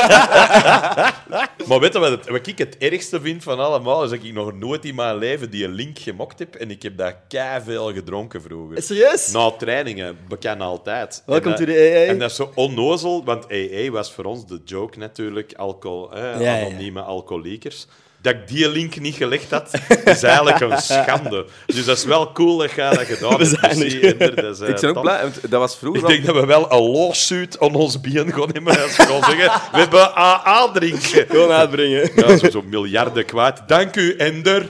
Maar weet je wat ik het ergste vind van allemaal? Is dat ik nog nooit in mijn leven die link gemokt heb. En ik heb dat keiveel gedronken vroeger. Serieus? Na trainingen, bekend altijd. Welcome En to dat- the AA. En dat is zo onnozel, want AA was voor ons de joke natuurlijk, anonieme alcoholiekers. Dat ik die link niet gelegd had, is eigenlijk een schande. Dus dat is wel cool dat jij dat gedaan hebt. zijn Dus er. Ender, dat is, ik ben ook top. blij, want dat was vroeger Ik denk dat we wel een lawsuit aan ons been gaan nemen. Als we gaan zeggen, we hebben AA drinken. Gewoon uitbrengen. Ja, zo miljarden kwijt. Dank u, Ender.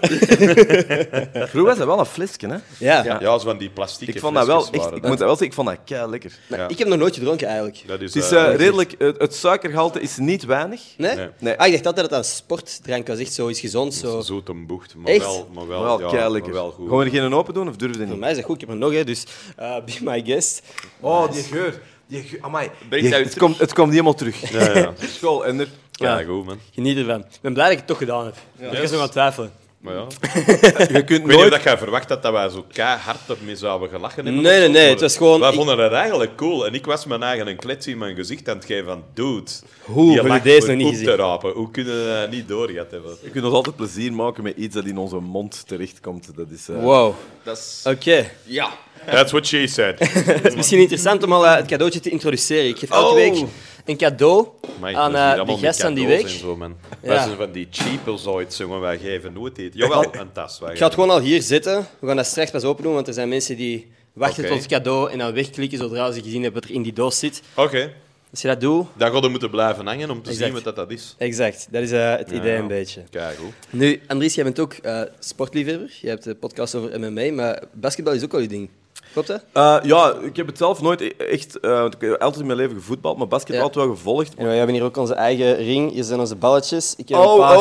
Vroeger was dat wel een flesje, hè? Ja. Ja, zo van die plastic. Ik vond dat wel echt... Ik moet dat wel zeggen, ik vond dat kei lekker. Ja. Ik heb nog nooit gedronken eigenlijk. Dat is, Het is dat is- redelijk... Het suikergehalte is niet weinig. Nee? Nee. Nee. Ah, ik dacht altijd dat dat een sportdrank was. Echt zoiets gezond. Zo. Zoet een bocht. Maar Echt? maar Wel wel, ja, kei maar lekker. wel goed. Gaan we er geen open doen of durf je Voor niet? mij is dat goed. Ik heb er nog, hè, dus be my guest. Oh, die geur. Amai. Brengt hij u Het komt niet helemaal terug. Ja. School, Ender. Ja, goed, man. Geniet ervan. Ik ben blij dat ik het toch gedaan heb. Ik was nog aan het twijfelen. Maar ja. Je kunt Ik weet niet nooit... of jij verwacht had dat wij zo keihard ermee zouden gelachen hebben. Nee, of zo, nee, maar het was gewoon- Wij ik- vonden het eigenlijk cool. En ik was mijn eigen een klets in mijn gezicht aan het geven van... Dude, Hoe je heb je lacht deze voor nog niet op gezien? te rapen. Hoe kunnen we dat niet doorgehad hebben? Je kunt ons altijd plezier maken met iets dat in onze mond terechtkomt. Dat is... Wow. Dat is... Oké. Ja. That's what she said. Het is misschien interessant om al het cadeautje te introduceren. Ik geef elke week een cadeau Amai, aan dat is hier de allemaal gast met van die cadeaus week. en zo, man. Ja. Wij zijn van die cheapers jongen. Wij geven nooit eten. Jawel, een tas. Ik ga het gewoon al hier zetten. We gaan dat straks pas open doen, want er zijn mensen die wachten Oké. tot het cadeau en dan wegklikken zodra ze gezien hebben wat er in die doos zit. Oké. Als je dat doet... Dan gaan we moeten blijven hangen om te Exact. zien wat dat is. Exact, dat is het idee een beetje. Kijk, goed. Nu, Andries, jij bent ook sportliefhebber. Je hebt een podcast over MMA, maar basketbal is ook wel je ding. Klopt dat? Ja, ik heb het zelf nooit echt... want ik heb altijd in mijn leven gevoetbald, maar basketbal Ja. altijd wel gevolgd. En we hebben hier ook onze eigen ring. Hier zijn onze balletjes. Ik heb een paar...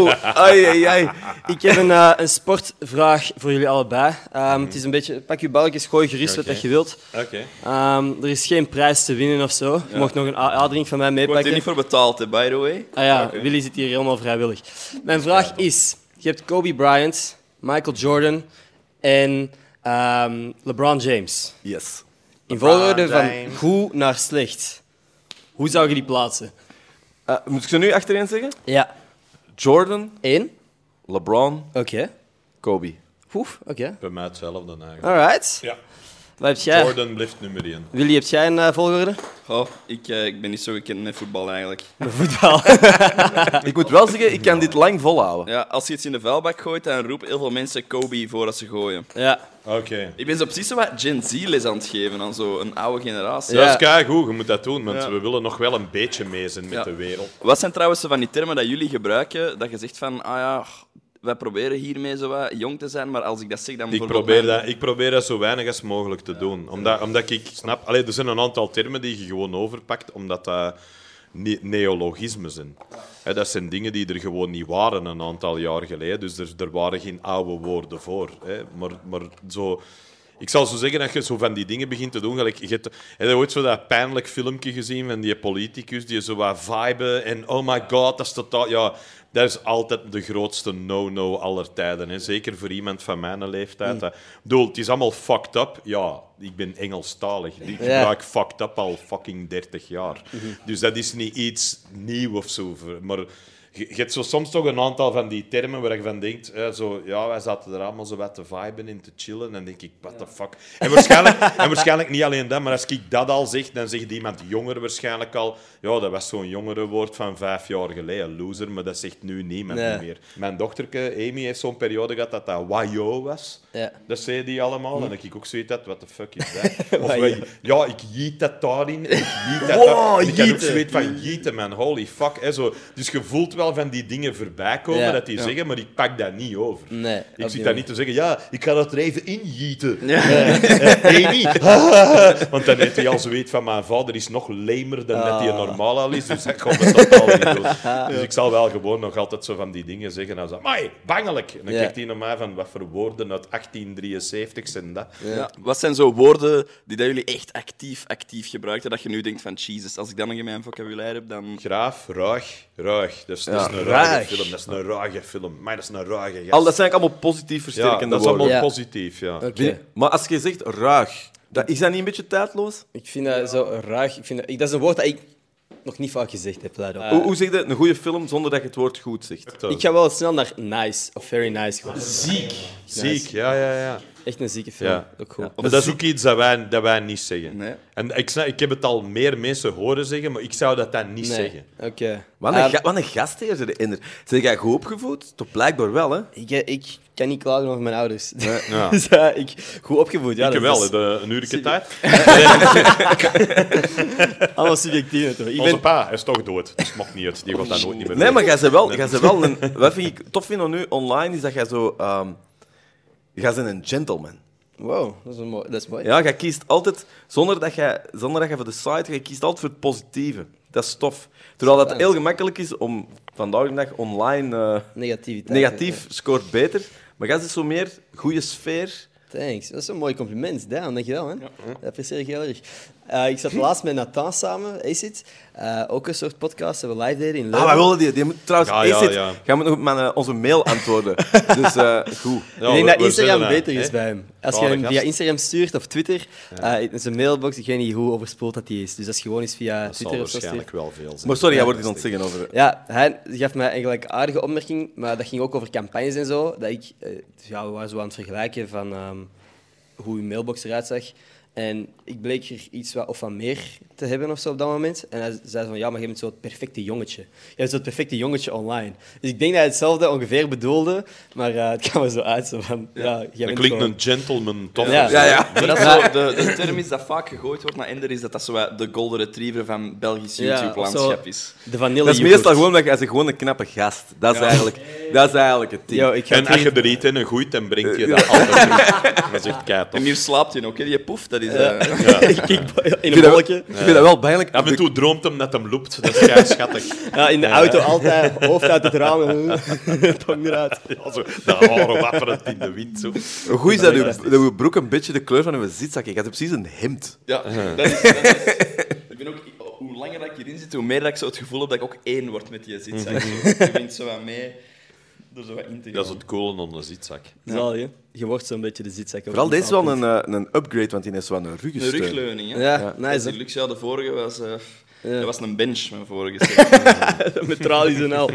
Ai. Ik heb een sportvraag voor jullie allebei. Het is een beetje... Pak je balletjes, gooi gerust wat Oké. dat je wilt. Oké. Er is geen prijs te winnen of zo. Je mag nog een AA-drink van mij Ik word hier meepakken. niet voor betaald, hè, by the way. Ah ja, Willy zit hier helemaal vrijwillig. Mijn vraag is... Je hebt Kobe Bryant, Michael Jordan en LeBron James. Yes. In volgorde van James. goed naar slecht. Hoe zou je die plaatsen? Moet ik ze nu achterin zeggen? Ja. Jordan, 1. LeBron, Oké. Kobe. Oef, oké. Bij mij hetzelfde eigenlijk. Alright. Ja. Wat heb jij? Jordan blijft nummer 1. Willy, heb jij een volgorde? Oh, ik ben niet zo gekend met voetbal eigenlijk. Voetbal. Ik moet wel zeggen, ik kan dit lang volhouden. Ja, als je iets in de vuilbak gooit, dan roepen heel veel mensen Kobe voordat ze gooien. Ja. Oké. Ik ben zo precies zo wat Gen Z-les aan het geven aan zo'n oude generatie. Ja. Dat is keigoed, je moet dat doen, want Ja. we willen nog wel een beetje mee zijn met Ja. de wereld. Wat zijn trouwens zo van die termen dat jullie gebruiken, dat je zegt van, ah ja, wij proberen hiermee zo wat jong te zijn, maar als ik dat zeg, dan bijvoorbeeld... Ik probeer dat zo weinig als mogelijk te doen. Omdat ik snap... Allee, er zijn een aantal termen die je gewoon overpakt, omdat dat neologismen zijn. Hè, dat zijn dingen die er gewoon niet waren een aantal jaar geleden. Dus er waren geen oude woorden voor. Hè. Maar zo... Ik zal zo zeggen dat je zo van die dingen begint te doen. Gelijk, heb je ooit zo dat pijnlijk filmpje gezien van die politicus die zo wat viben en oh my god, dat is totaal... Ja, dat is altijd de grootste no-no aller tijden. Hè. Zeker voor iemand van mijn leeftijd. Ik bedoel, het is allemaal fucked up. Ja, ik ben Engelstalig. Ik gebruik fucked up al fucking 30 jaar. Dus dat is niet iets nieuw of zo. Maar je hebt zo soms toch een aantal van die termen waar je van denkt, zo, ja, wij zaten er allemaal zo wat te viben en te chillen. En dan denk ik, what the fuck. En waarschijnlijk niet alleen dat, maar als ik dat al zeg, dan zegt iemand jonger waarschijnlijk al, ja, dat was zo'n jongerenwoord van 5 jaar geleden, loser, maar dat zegt nu niemand meer. Mijn dochterke, Amy, heeft zo'n periode gehad dat dat wajo was. Ja. Dat zei die allemaal. En dan heb ik ook zoiets had, what the fuck is dat? Of ja, ik jeet dat daarin, en ik jeet dat daar. En ik had ook zoiets van jeeten, man, holy fuck. Hè, zo. Dus je voelt wel van die dingen voorbij komen dat die zeggen, maar ik pak dat niet over. Nee. Ik zit daar niet te zeggen, ja, ik ga dat er even in jeeten. Amy. Want dan heeft hij al zoiets van, mijn vader is nog lamer dan dat hij normaal al is, dus dat komt het totaal niet doen. Dus ik zal wel gewoon nog altijd zo van die dingen zeggen. En zo, amai, bangelijk. En dan kijkt hij naar mij van, wat voor woorden uit 1873 zijn dat? Ja. Wat zijn zo woorden die dat jullie echt actief gebruiken, dat je nu denkt van, Jesus, als ik dat nog in mijn vocabulaire heb, dan... Graaf, ruig. Dat is een ruig. ruige film. Dat is een ruige film. Maar dat is een ruige gast. Dat zijn allemaal positief ja, versterkende dat is woorden. allemaal Ja. positief, ja. Oké. Maar als je zegt ruig, is dat niet een beetje tijdloos? Ik vind dat zo ruig. Dat is een woord dat ik nog niet vaak gezegd heb. Luid op. Hoe zeg je een goede film zonder dat je het woord goed zegt? Ik ga wel snel naar nice of very nice gaan. Ziek, ja. Echt een zieke film. Ja. Ook goed. Maar dat is ook iets dat wij niet zeggen. Nee. En ik heb het al meer mensen horen zeggen, maar ik zou dat niet Nee. zeggen. Oké. Wat een gastheer ze erin. Zeg jij goed opgevoed? Toch blijkbaar wel, hè? Ik kan niet klagen over mijn ouders. Ja. Dus, goed opgevoed. Ja, Ik dat wel, is een uurtje tijd. allemaal subjectief natuurlijk. Onze pa is toch dood, dus mag niet uit. Die gaat dat nooit niet meer Nee, doen. maar jij bent wel een... Wat vind ik tof vind aan nu online, is dat jij zo... jij bent een gentleman. Wow, dat is mooi. Ja, jij kiest altijd, zonder dat je voor de site, je kiest altijd voor het positieve. Dat is tof. Terwijl dat heel gemakkelijk is om vandaag de dag online... Negativiteit. negatief scoort beter. Maar jij is zo meer goede sfeer. Thanks. Dat is een mooi compliment. Damn, dankjewel, man. Dat apprecieer ik heel erg. Ik zat laatst met Nathan samen, Acid. Ook een soort podcast dat we live deden in Leuven. Wij willen die. Die moet trouwens... Ja, ja, Acid, ja. jij moet nog op onze mail antwoorden. Dus goed. Ja, Ik denk dat we Instagram zullen, beter is hè? bij hem. Als je Zalig hem via gast. Instagram stuurt of Twitter, in zijn mailbox, ik weet niet hoe overspoeld dat die is. Dus als je gewoon eens via Dat zal Twitter of zo stuurt. waarschijnlijk wel veel zijn. Maar sorry, jij wordt iets aan het zeggen over... Ja, hij gaf mij eigenlijk een aardige opmerking, maar dat ging ook over campagnes en zo. Dat ik, we waren zo aan het vergelijken van hoe uw mailbox eruit zag. En ik bleek er iets wat, of wat meer te hebben of zo op dat moment. En hij zei van, ja, maar je bent zo het perfecte jongetje. Je bent zo het perfecte jongetje online. Dus ik denk dat hij hetzelfde ongeveer bedoelde, maar het kwam er zo uit. Zo van, jij Dat bent klinkt gewoon... een gentleman, tof. Ja. Ja. Maar dat is zo, de term is dat vaak gegooid wordt naar Ender, is dat zo wat de golden retriever van Belgisch Ja, YouTube-landschap of is. De vanille Dat is yoghurt. meestal gewoon dat hij gewoon een knappe gast. Dat is eigenlijk het ding. Yo, ik ga En als je terug- er iets in gooit, dan brengt je dat altijd terug. Dat is echt keitof. En hier slaapt je ook, hè? Die poef, dat is... in een bolletje. Ik vind dat wel pijnlijk. Af en toe droomt hem dat hem loopt. Dat is kei schattig. Ja, in de auto altijd, hoofd uit het raam, tong eruit. Ja, zo, de haren wapperend in de wind. Zo. Hoe goed is dat uw broek een beetje de kleur van uw zitzak? Ik had precies een hemd. Ja, dat is... Ik ben ook... Hoe langer dat ik hierin zit, hoe meer dat ik zo het gevoel heb dat ik ook één word met die zitzak. Je begint zo wat mee... Er zo wat in te gaan. Dat is het coole onder de zitzak. Zal je? Je wordt zo'n beetje de zitzak. Vooral deze is wel een upgrade, want die is wel een Een ruggensteun. rugleuning, hè? Ja, Dat is nice. die hè? luxe. Ja, de vorige was... Dat was een bench, mijn vorige set. Met tralies en al.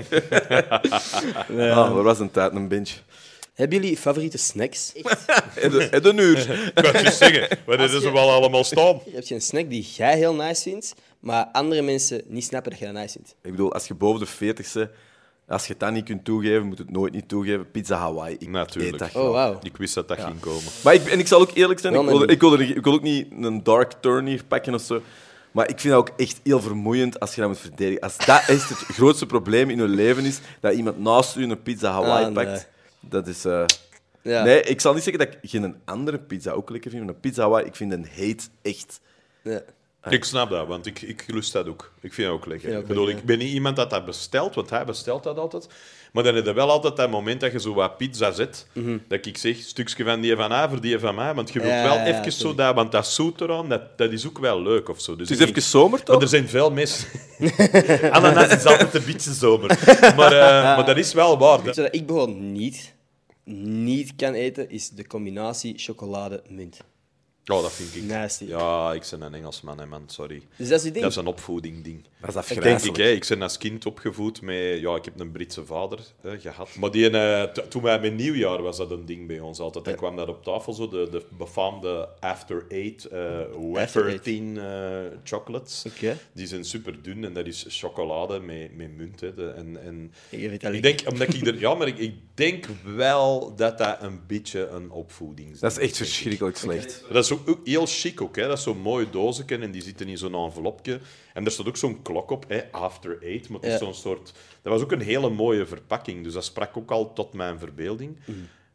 Waar was een tijd een bench? Hebben jullie favoriete snacks? En een uur. Ik wou het juist zeggen, maar dit is er wel allemaal staan. Heb je een snack die jij heel nice vindt, maar andere mensen niet snappen dat jij dat nice vindt? Ik bedoel, als je boven de 40ste, als je het dan niet kunt toegeven, moet het nooit niet toegeven. Pizza Hawaii. Ik Natuurlijk. eet dat Oh, graag. wauw. Ik wist dat dat ging komen. Maar ik zal ook eerlijk zijn, Wel ik wil, met ik, wil er- ik wil ook niet een dark turn hier pakken of zo. Maar ik vind dat ook echt heel vermoeiend als je dat moet verdedigen. Als dat echt het grootste probleem in je leven is, dat iemand naast u een pizza Hawaii Ah, nee. pakt, dat is... Ja. Nee, ik zal niet zeggen dat ik geen andere pizza ook lekker vind, maar een pizza Hawaii, ik vind een hate echt... Ja. Ik snap dat, want ik lust dat ook. Ik vind dat ook lekker. Ja, ook Ik bedoel, lekker, ik ben niet iemand dat bestelt, want hij bestelt dat altijd. Maar dan heb je wel altijd dat moment dat je zo wat pizza zet, dat ik zeg, stukje van die van mij voor die van mij, want je wilt Ja, wel ja, even zo tuurlijk. dat, want dat zoet eraan, dat is ook wel leuk of zo. Dus Het is ik even zomer, toch? want er zijn veel mensen... Ananas is altijd een beetje zomer. Maar dat is wel waar. Weet je wat ik bijvoorbeeld niet kan eten, is de combinatie chocolade-munt. Oh, dat vind ik. Nasty. Ja, ik ben een Engelsman, hè, man. Sorry. Dus dat is je ding. Dat is een opvoeding-ding. Dat is Denk afgrijzelijk. ik, hè. Ik ben als kind opgevoed met... Ja, ik heb een Britse vader gehad. Maar die, toen wij met nieuwjaar was dat een ding bij ons altijd. Dan kwam dat op tafel, zo, de befaamde After Eight wafer tin chocolates. Oké. Die zijn super dun en dat is chocolade met munt. Hè. Ik weet dat Ik niet. denk, omdat ik er... Ja, maar ik denk wel dat dat een beetje een opvoeding is. Dat is echt verschrikkelijk slecht. Dat is ook heel chic ook, hè. Dat is zo'n mooi doosje en die zitten in zo'n envelopje. En er staat ook zo'n klok op, hè, After Eight. Maar het is Ja. zo'n soort... Dat was ook een hele mooie verpakking, dus dat sprak ook al tot mijn verbeelding.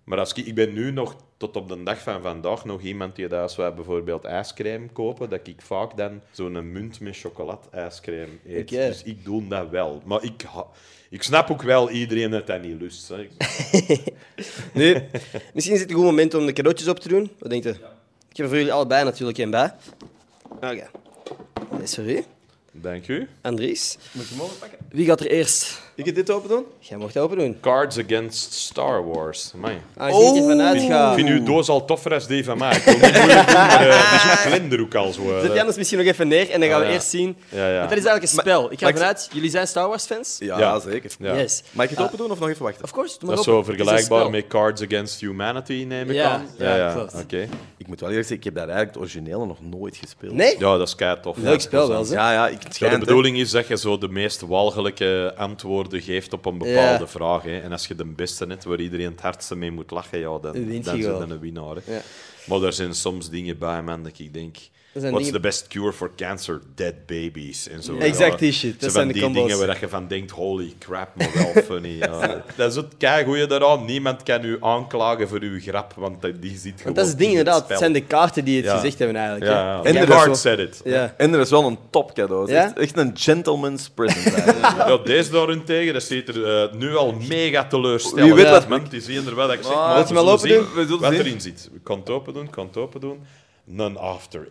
Maar ik ben nu nog, tot op de dag van vandaag, nog iemand die als wij bijvoorbeeld ijscrème kopen, dat ik vaak dan zo'n munt met chocolade-ijscrème eet. Oké. Dus ik doe dat wel. Maar ik snap ook wel iedereen dat niet lust. Hè. Nu, misschien is het een goed moment om de cadeautjes op te doen. Wat denkt u? Ik heb er voor jullie allebei natuurlijk een bij. Oké. Dat is voor u. Dank u. Andries. Moet je hem overpakken? Wie gaat er eerst? Ik ga dit open doen? Jij mocht het open doen. Cards Against Star Wars. Amai. Als je ervan Ik uitgaat. vind uw doos al toffer als die van mij. Ik wil niet moeilijk doen, maar die is ook glender ook al zo. Zet die anders misschien nog even neer en dan gaan we ja. eerst zien. Ja. Want dat is eigenlijk een spel. Ik ga maar ik- ervan uit, jullie zijn Star Wars fans? Ja, zeker. Ja. Yes. Mag ik het open doen of nog even wachten? Of course, doe maar Dat is open. zo Het is een vergelijkbaar spel. met Cards Against Humanity, neem ik Ja, aan. ja, klopt. Oké. Ik moet wel eerlijk zeggen, ik heb daar eigenlijk het originele nog nooit gespeeld. Nee? Ja, dat is kei tof. Leuk spel wel, hè? Ja, het Ja, schijnt, de bedoeling is dat je zo de meest walgelijke antwoorden geeft op een bepaalde Ja. vraag. Hè. En als je de beste net waar iedereen het hardste mee moet lachen, ja, dan Dan wint dan je zit wel. je een winnaar. Hè. Ja. Maar er zijn soms dingen bij, man, dat ik denk... Er zijn What's dingen- the best cure for cancer? Dead babies. En zo. Exact Ja. die shit. Zo Dat van zijn de die combos. dingen waar je van denkt, holy crap, maar wel funny. Ja. Dat is het keigoeie daaraan. Niemand kan u aanklagen voor uw grap, want die zit gewoon Want dat is het ding in inderdaad. spel. Het zijn de kaarten die het Ja. gezegd hebben eigenlijk. Ja, hè. ja. En En er de is card zo- said it. Ja. En er is wel een top cadeau. Ja? Echt een gentleman's present. eigenlijk. Ja, deze daarentegen, dat ziet er nu al mega teleurstellend Wie weet uit. wat- Man, die zien er wel dat ik zeg, Ah, maar wilt je we hem al zullen open zien doen? We zullen wat zien. erin zit. Ik kan het open doen. None after.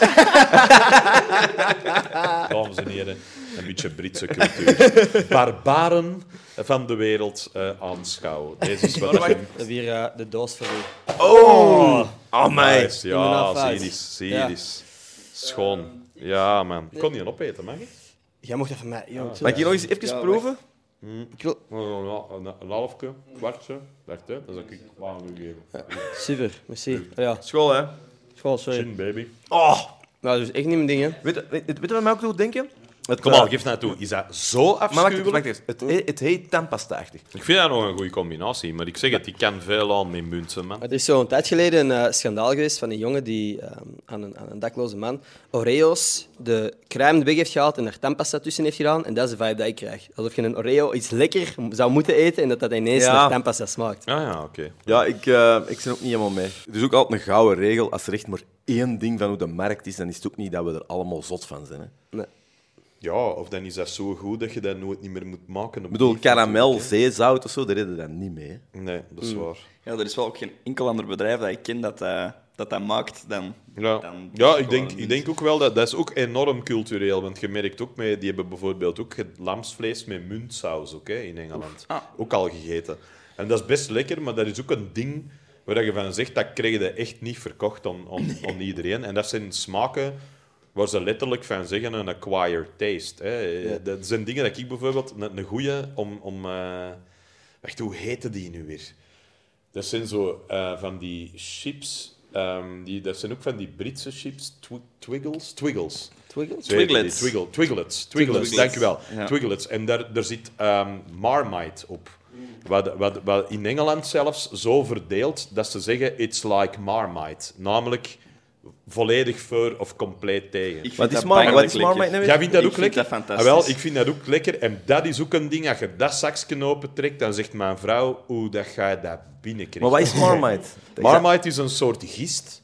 Dames en heren, een beetje Britse cultuur. Barbaren van de wereld aanschouwen. Deze is wat wacht. je... We hebben hier de doos voor u. Oh, amai. Nice. Inderdaad, Ja, fout. zie Ja. eens. Schoon. Ja, man. Ik kon niet opeten, mag ik? Jij mocht dat van mij. Yo, Mag ik hier nog eens even proeven? Ik wil... Een halfje, kwartje. Dacht, hè? Dat zou ik waan nu geven. Super, merci. Ja, School, hè? school, sorry. Chin, baby. Oh, Nou, dat is echt niet mijn ding, hè. weet je wat mij ook doet denken? Het, Kom al, geef nou toe. Is dat zo Maar wacht afschuwelijk? even. Het heet tandpasta-achtig. Ik vind dat nog een goede combinatie, maar ik zeg het, ik kan veel aan met munten, man. Er is zo een tijd geleden een schandaal geweest van een jongen die aan een dakloze man Oreo's de crème weg heeft gehaald en er tandpasta tussen heeft gedaan. En dat is de vibe die ik krijg. Alsof je een Oreo iets lekker zou moeten eten en dat ineens Ja. naar tandpasta smaakt. Ah ja, oké. Ja, ik ben ook niet helemaal mee. Er is ook altijd een gouden regel. Als er echt maar één ding van hoe de markt is, dan is het ook niet dat we er allemaal zot van zijn. Hè. Nee. Ja, of dan is dat zo goed dat je dat nooit niet meer moet maken. Ik bedoel, karamel, zeezout of zo, daar reden we dan niet mee. Hè. Nee, dat is waar. Ja, er is wel ook geen enkel ander bedrijf dat ik ken dat maakt dan... Ja, dan ja gewoon ik denk ook wel dat is ook enorm cultureel. Want je merkt ook mee, die hebben bijvoorbeeld ook het lamsvlees met muntsaus ook, hè, in Engeland. Ah. Ook al gegeten. En dat is best lekker, maar dat is ook een ding waar je van zegt, dat krijg je echt niet verkocht aan iedereen. En dat zijn smaken waar ze letterlijk van zeggen een acquired taste. Hè. Ja. Dat zijn dingen dat ik bijvoorbeeld... Een goeie om wacht, hoe heette die nu weer? Dat zijn zo van die chips... dat zijn ook van die Britse chips. Twiggles? Twiggles. Twiggles? Zo heten die. Twiglets. Twiglets, Twiglets. dank u wel. Ja. Twiglets. En daar zit Marmite op. Wat in Engeland zelfs zo verdeeld dat ze zeggen it's like Marmite. Namelijk volledig voor of compleet tegen. Ik vind Wat is dat Marmite? Wat is bangelijk Marmite nou Jij weer? vindt dat Ik ook vind lekker? dat fantastisch. Ah, wel, ik vind dat ook lekker. En dat is ook een ding. Als je dat zakje opentrekt, dan zegt mijn vrouw hoe dat ga je dat binnenkrijgen. Maar wat is Marmite? Marmite is een soort gist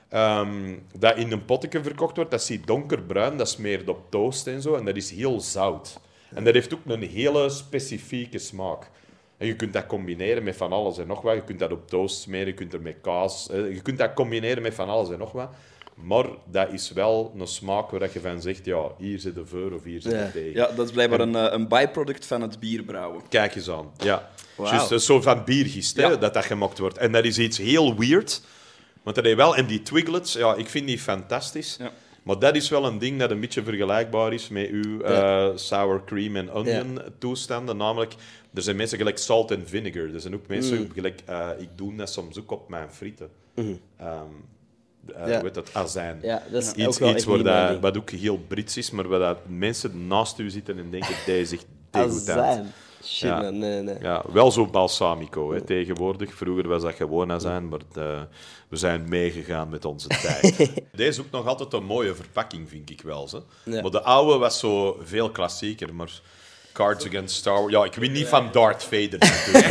dat in een potje verkocht wordt. Dat is donkerbruin, dat smeert op toast en zo. En dat is heel zout. En dat heeft ook een hele specifieke smaak. En je kunt dat combineren met van alles en nog wat. Je kunt dat op toast smeren, je kunt er met kaas... Je kunt dat combineren met van alles en nog wat. Maar dat is wel een smaak waar je van zegt, ja, hier zit de voor of hier zit de Ja. tegen. Ja, dat is blijkbaar een byproduct van het bierbrouwen. Kijk eens aan. Ja. Wauw. Juist, dat is zo van biergist hè, Ja. dat gemaakt wordt. En dat is iets heel weird. Want dat is wel... En die Twiglets, ja, ik vind die fantastisch. Ja. Maar dat is wel een ding dat een beetje vergelijkbaar is met uw sour cream en onion toestanden. Namelijk, er zijn mensen gelijk salt en vinegar. Er zijn ook mensen gelijk... ik doe dat soms ook op mijn frieten. Ja. Hoe heet dat? Azijn. Ja, dat is ook Iets wel echt waar niet mijn dat, ding. wat ook heel Brits is, maar waar dat mensen naast u zitten en denken, deze zegt degoutant. Azijn. Shit, Ja. man. Nee. Ja, wel zo balsamico hè, tegenwoordig. Vroeger was dat gewoon azijn, maar we zijn meegegaan met onze tijd. Deze is ook nog altijd een mooie verpakking, vind ik wel. Hè. Ja. Maar de oude was zo veel klassieker. Maar Cards Against Star Wars. Ja, ik win niet van Darth Vader natuurlijk.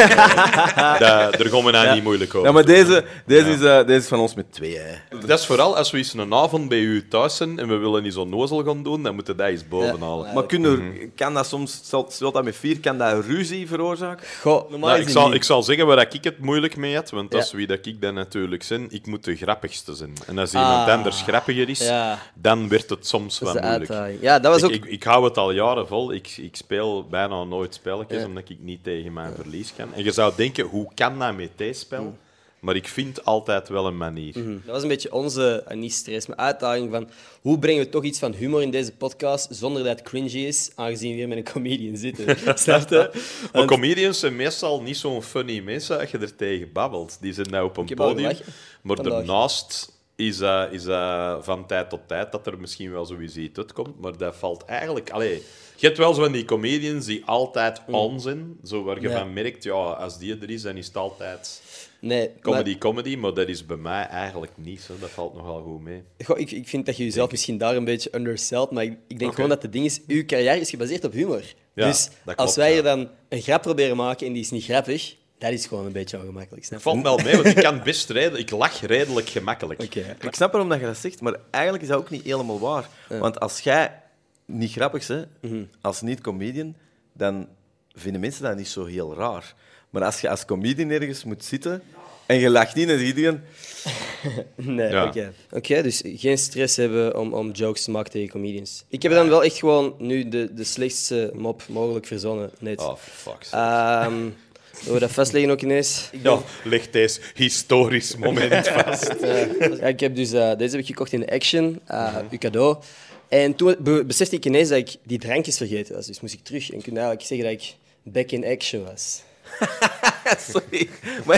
Daar gaan we nou niet moeilijk over. Ja, maar deze is van ons met 2. Hè. Dat is vooral als we eens een avond bij u thuis zijn en we willen niet zo'n nozel gaan doen, dan moeten we dat eens bovenhalen. Maar kan dat soms, stel dat met 4, kan dat ruzie veroorzaken? Goh, normaal Nou, is het ik zal zeggen waar ik het moeilijk mee had, want dat is Ja. wie dat ik dan natuurlijk ben. Ik moet de grappigste zijn. En als iemand anders grappiger is, Ja. dan werd het soms dat is wel de moeilijk. uitdaging. Ja, dat was ook... Ik hou het al jaren vol. Ik speel bijna nooit spelletjes, omdat ik niet tegen mijn verlies kan. En je zou denken, hoe kan dat met deze spel? Maar ik vind altijd wel een manier. Dat was een beetje onze, niet stress, maar uitdaging van hoe brengen we toch iets van humor in deze podcast zonder dat het cringy is, aangezien we hier met een comedian zitten. Snap je? Maar comedians zijn meestal niet zo'n funny mensen als je er tegen babbelt. Die zijn nou op een heb al podium. gelachen Maar vandaag. daarnaast is van tijd tot tijd dat er misschien wel zoiets uitkomt. Maar dat valt eigenlijk... Allee, je hebt wel zo van die comedians die altijd on zijn. Zo waar je Ja. van merkt, ja, als die er is, dan is het altijd Nee, comedy. Maar dat is bij mij eigenlijk niet zo. Dat valt nogal goed mee. Goh, ik vind dat je jezelf misschien daar een beetje undersellt, maar ik denk gewoon dat het ding is, uw carrière is gebaseerd op humor. Ja, Dus dat klopt, als wij ja. hier dan een grap proberen maken en die is niet grappig, dat is gewoon een beetje ongemakkelijk. Snap je? Valt wel mee, want ik kan best ik lach redelijk gemakkelijk. Oké. Ik snap waarom dat je dat zegt, maar eigenlijk is dat ook niet helemaal waar. Want als jij niet grappig bent, als niet-comedian, dan vinden mensen dat niet zo heel raar. Maar als je als comedian ergens moet zitten en je lacht niet en iedereen... Nee, Ja. Oké, dus geen stress hebben om jokes te maken tegen comedians. Ik heb dan wel echt gewoon nu de slechtste mop mogelijk verzonnen. Net. Oh, for fuck's sake. Zullen we dat vastleggen ook ineens? Ja, leg deze historisch moment vast. Ja, ik heb dus, deze heb ik gekocht in de Action, uw cadeau. En toen besefte ik ineens dat ik die drankjes vergeten was. Dus moest ik terug en kon eigenlijk zeggen dat ik back in action was. Sorry. Maar,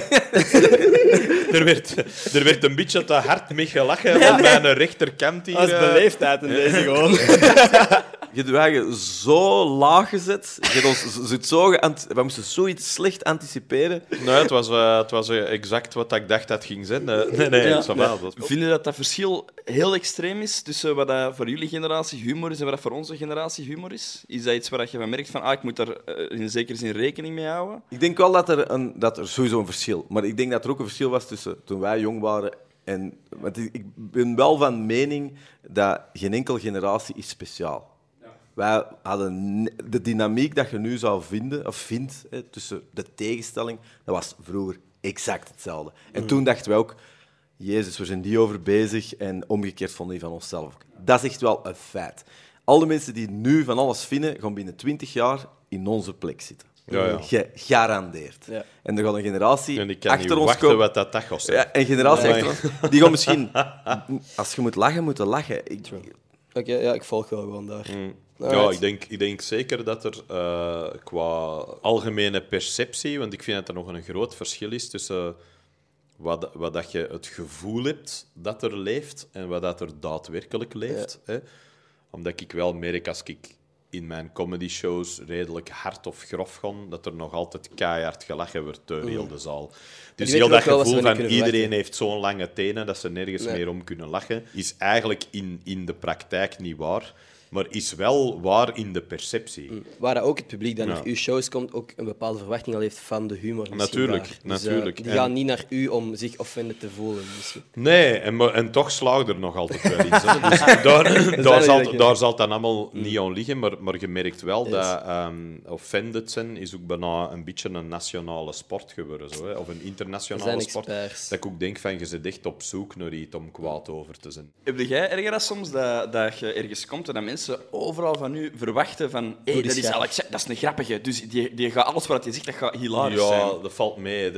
Er werd een beetje te hard mee gelachen op mijn rechterkant hier. Als beleefdheid in deze gewoon. je hebt je eigen zo laag gezet. Je hebt ons we moesten zoiets slecht anticiperen. Nee, het was exact wat ik dacht dat ging zijn. Nee, Ja. ça va, dat was goed. Vinden dat dat verschil heel extreem is tussen wat dat voor jullie generatie humor is en wat dat voor onze generatie humor is? Is dat iets waar je van merkt van, ik moet daar in zekere zin rekening mee houden? Ik denk wel dat er sowieso een verschil... Maar ik denk dat er ook een verschil was tussen toen wij jong waren en... Want ik ben wel van mening dat geen enkele generatie is speciaal. Wij hadden de dynamiek dat je nu zou vinden, of vindt, tussen de tegenstelling, dat was vroeger exact hetzelfde. En toen dachten wij ook, Jezus, we zijn die over bezig, en omgekeerd vonden die van onszelf ook. Dat is echt wel een feit. Alle mensen die nu van alles vinden, gaan binnen 20 jaar in onze plek zitten. Ja. Gegarandeerd. Ja. En er gaat een generatie En ik kan achter niet ons wachten komen. wat dat gaat zijn. Ja, een generatie achter ons. Die gaan misschien... Als je moet lachen, moeten lachen. Oké, ja, ik volg wel gewoon daar. Ja, Alright. ik denk zeker dat er qua algemene perceptie, want ik vind dat er nog een groot verschil is tussen wat dat je het gevoel hebt dat er leeft en wat dat er daadwerkelijk leeft. Hè? Omdat ik wel merk als ik in mijn comedy-shows redelijk hard of grof ga, dat er nog altijd keihard gelachen wordt door heel de zaal. Dus die heel weten dat ook wel wat ze gevoel van van niet kunnen iedereen verwachten. heeft zo'n lange tenen dat ze nergens Nee. meer om kunnen lachen, is eigenlijk in de praktijk niet waar, maar is wel waar in de perceptie. Waar dat ook het publiek dat Ja. naar uw shows komt, ook een bepaalde verwachting al heeft van de humor. misschien Natuurlijk, daar. natuurlijk. Die En- gaan niet naar u om zich offended te voelen. Misschien. Nee, en toch slaagt er nog altijd wel iets. Hè. Dus daar zal het dan allemaal niet aan liggen, maar je merkt wel dat offended zijn is ook bijna een beetje een nationale sport geworden. Zo, hè. Of een We internationale zijn sport. experts. Dat ik ook denk van, je bent echt op zoek naar iets om kwaad over te zijn. Heb jij erger dat soms dat je ergens komt en dat mensen overal van u verwachten van Doe die dat is schap. Alex, dat is een grappige, dus die gaat alles wat hij zegt, dat gaat hilarisch Ja, zijn. dat valt mee.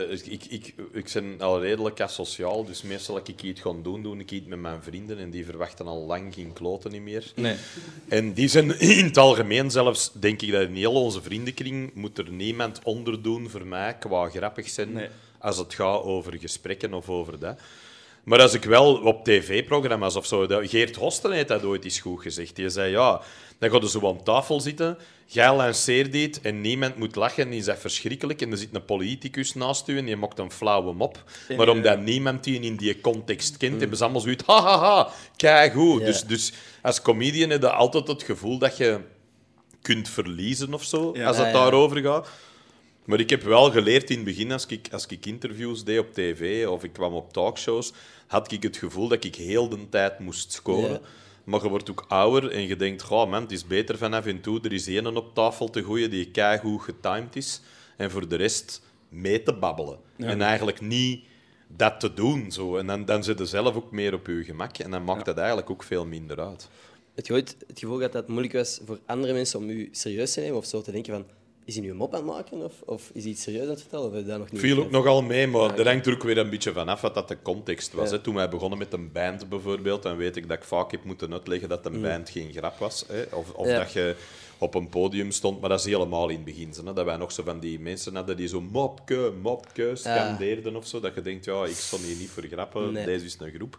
Ik ben al redelijk asociaal, dus meestal als ik iets ga doen, doe ik iets met mijn vrienden en die verwachten al lang geen kloten niet meer. Nee. En die zijn in het algemeen zelfs, denk ik dat in heel onze vriendenkring moet er niemand onderdoen voor mij qua grappig zijn Nee. als het gaat over gesprekken of over dat. Maar als ik wel op tv-programma's of zo... Geert Hosten heeft dat ooit eens goed gezegd. Die zei, ja, dan ga je zo aan tafel zitten, jij lanceert dit en niemand moet lachen, en is dat verschrikkelijk. En er zit een politicus naast u en die maakt een flauwe mop. Maar omdat niemand die in die context kent, hebben ze allemaal zoiets... Ha, ha, ha, keigoed. Ja. Dus als comedian heb je altijd het gevoel dat je kunt verliezen of zo, Ja. als het Ja. daarover gaat. Maar ik heb wel geleerd in het begin, als ik interviews deed op tv of ik kwam op talkshows, had ik het gevoel dat ik heel de tijd moest scoren. Ja. Maar je wordt ook ouder en je denkt, goh, man, het is beter vanaf en toe. Er is één op tafel te gooien die keigoed getimed is. En voor de rest mee te babbelen. En eigenlijk niet dat te doen. Zo. En dan zit je zelf ook meer op je gemak. En dan maakt dat eigenlijk ook veel minder uit. Heb je ooit het gevoel gehad dat het moeilijk was voor andere mensen om u serieus te nemen? Of zo te denken van, is hij nu een mop aan het maken? Of is hij iets serieus aan het vertellen? Of heb je dat nog niet Viel ook begrepen? nogal mee, maar er hangt er ook weer een beetje vanaf wat dat de context was. Ja. Hè. Toen wij begonnen met een band bijvoorbeeld, dan weet ik dat ik vaak heb moeten uitleggen dat een band geen grap was. Hè. Of Ja. dat je op een podium stond, maar dat is helemaal in het begin. Hè. Dat wij nog zo van die mensen hadden die zo mopke scandeerden of zo. Dat je denkt, ja, ik stond hier niet voor grappen, Nee. deze is een groep.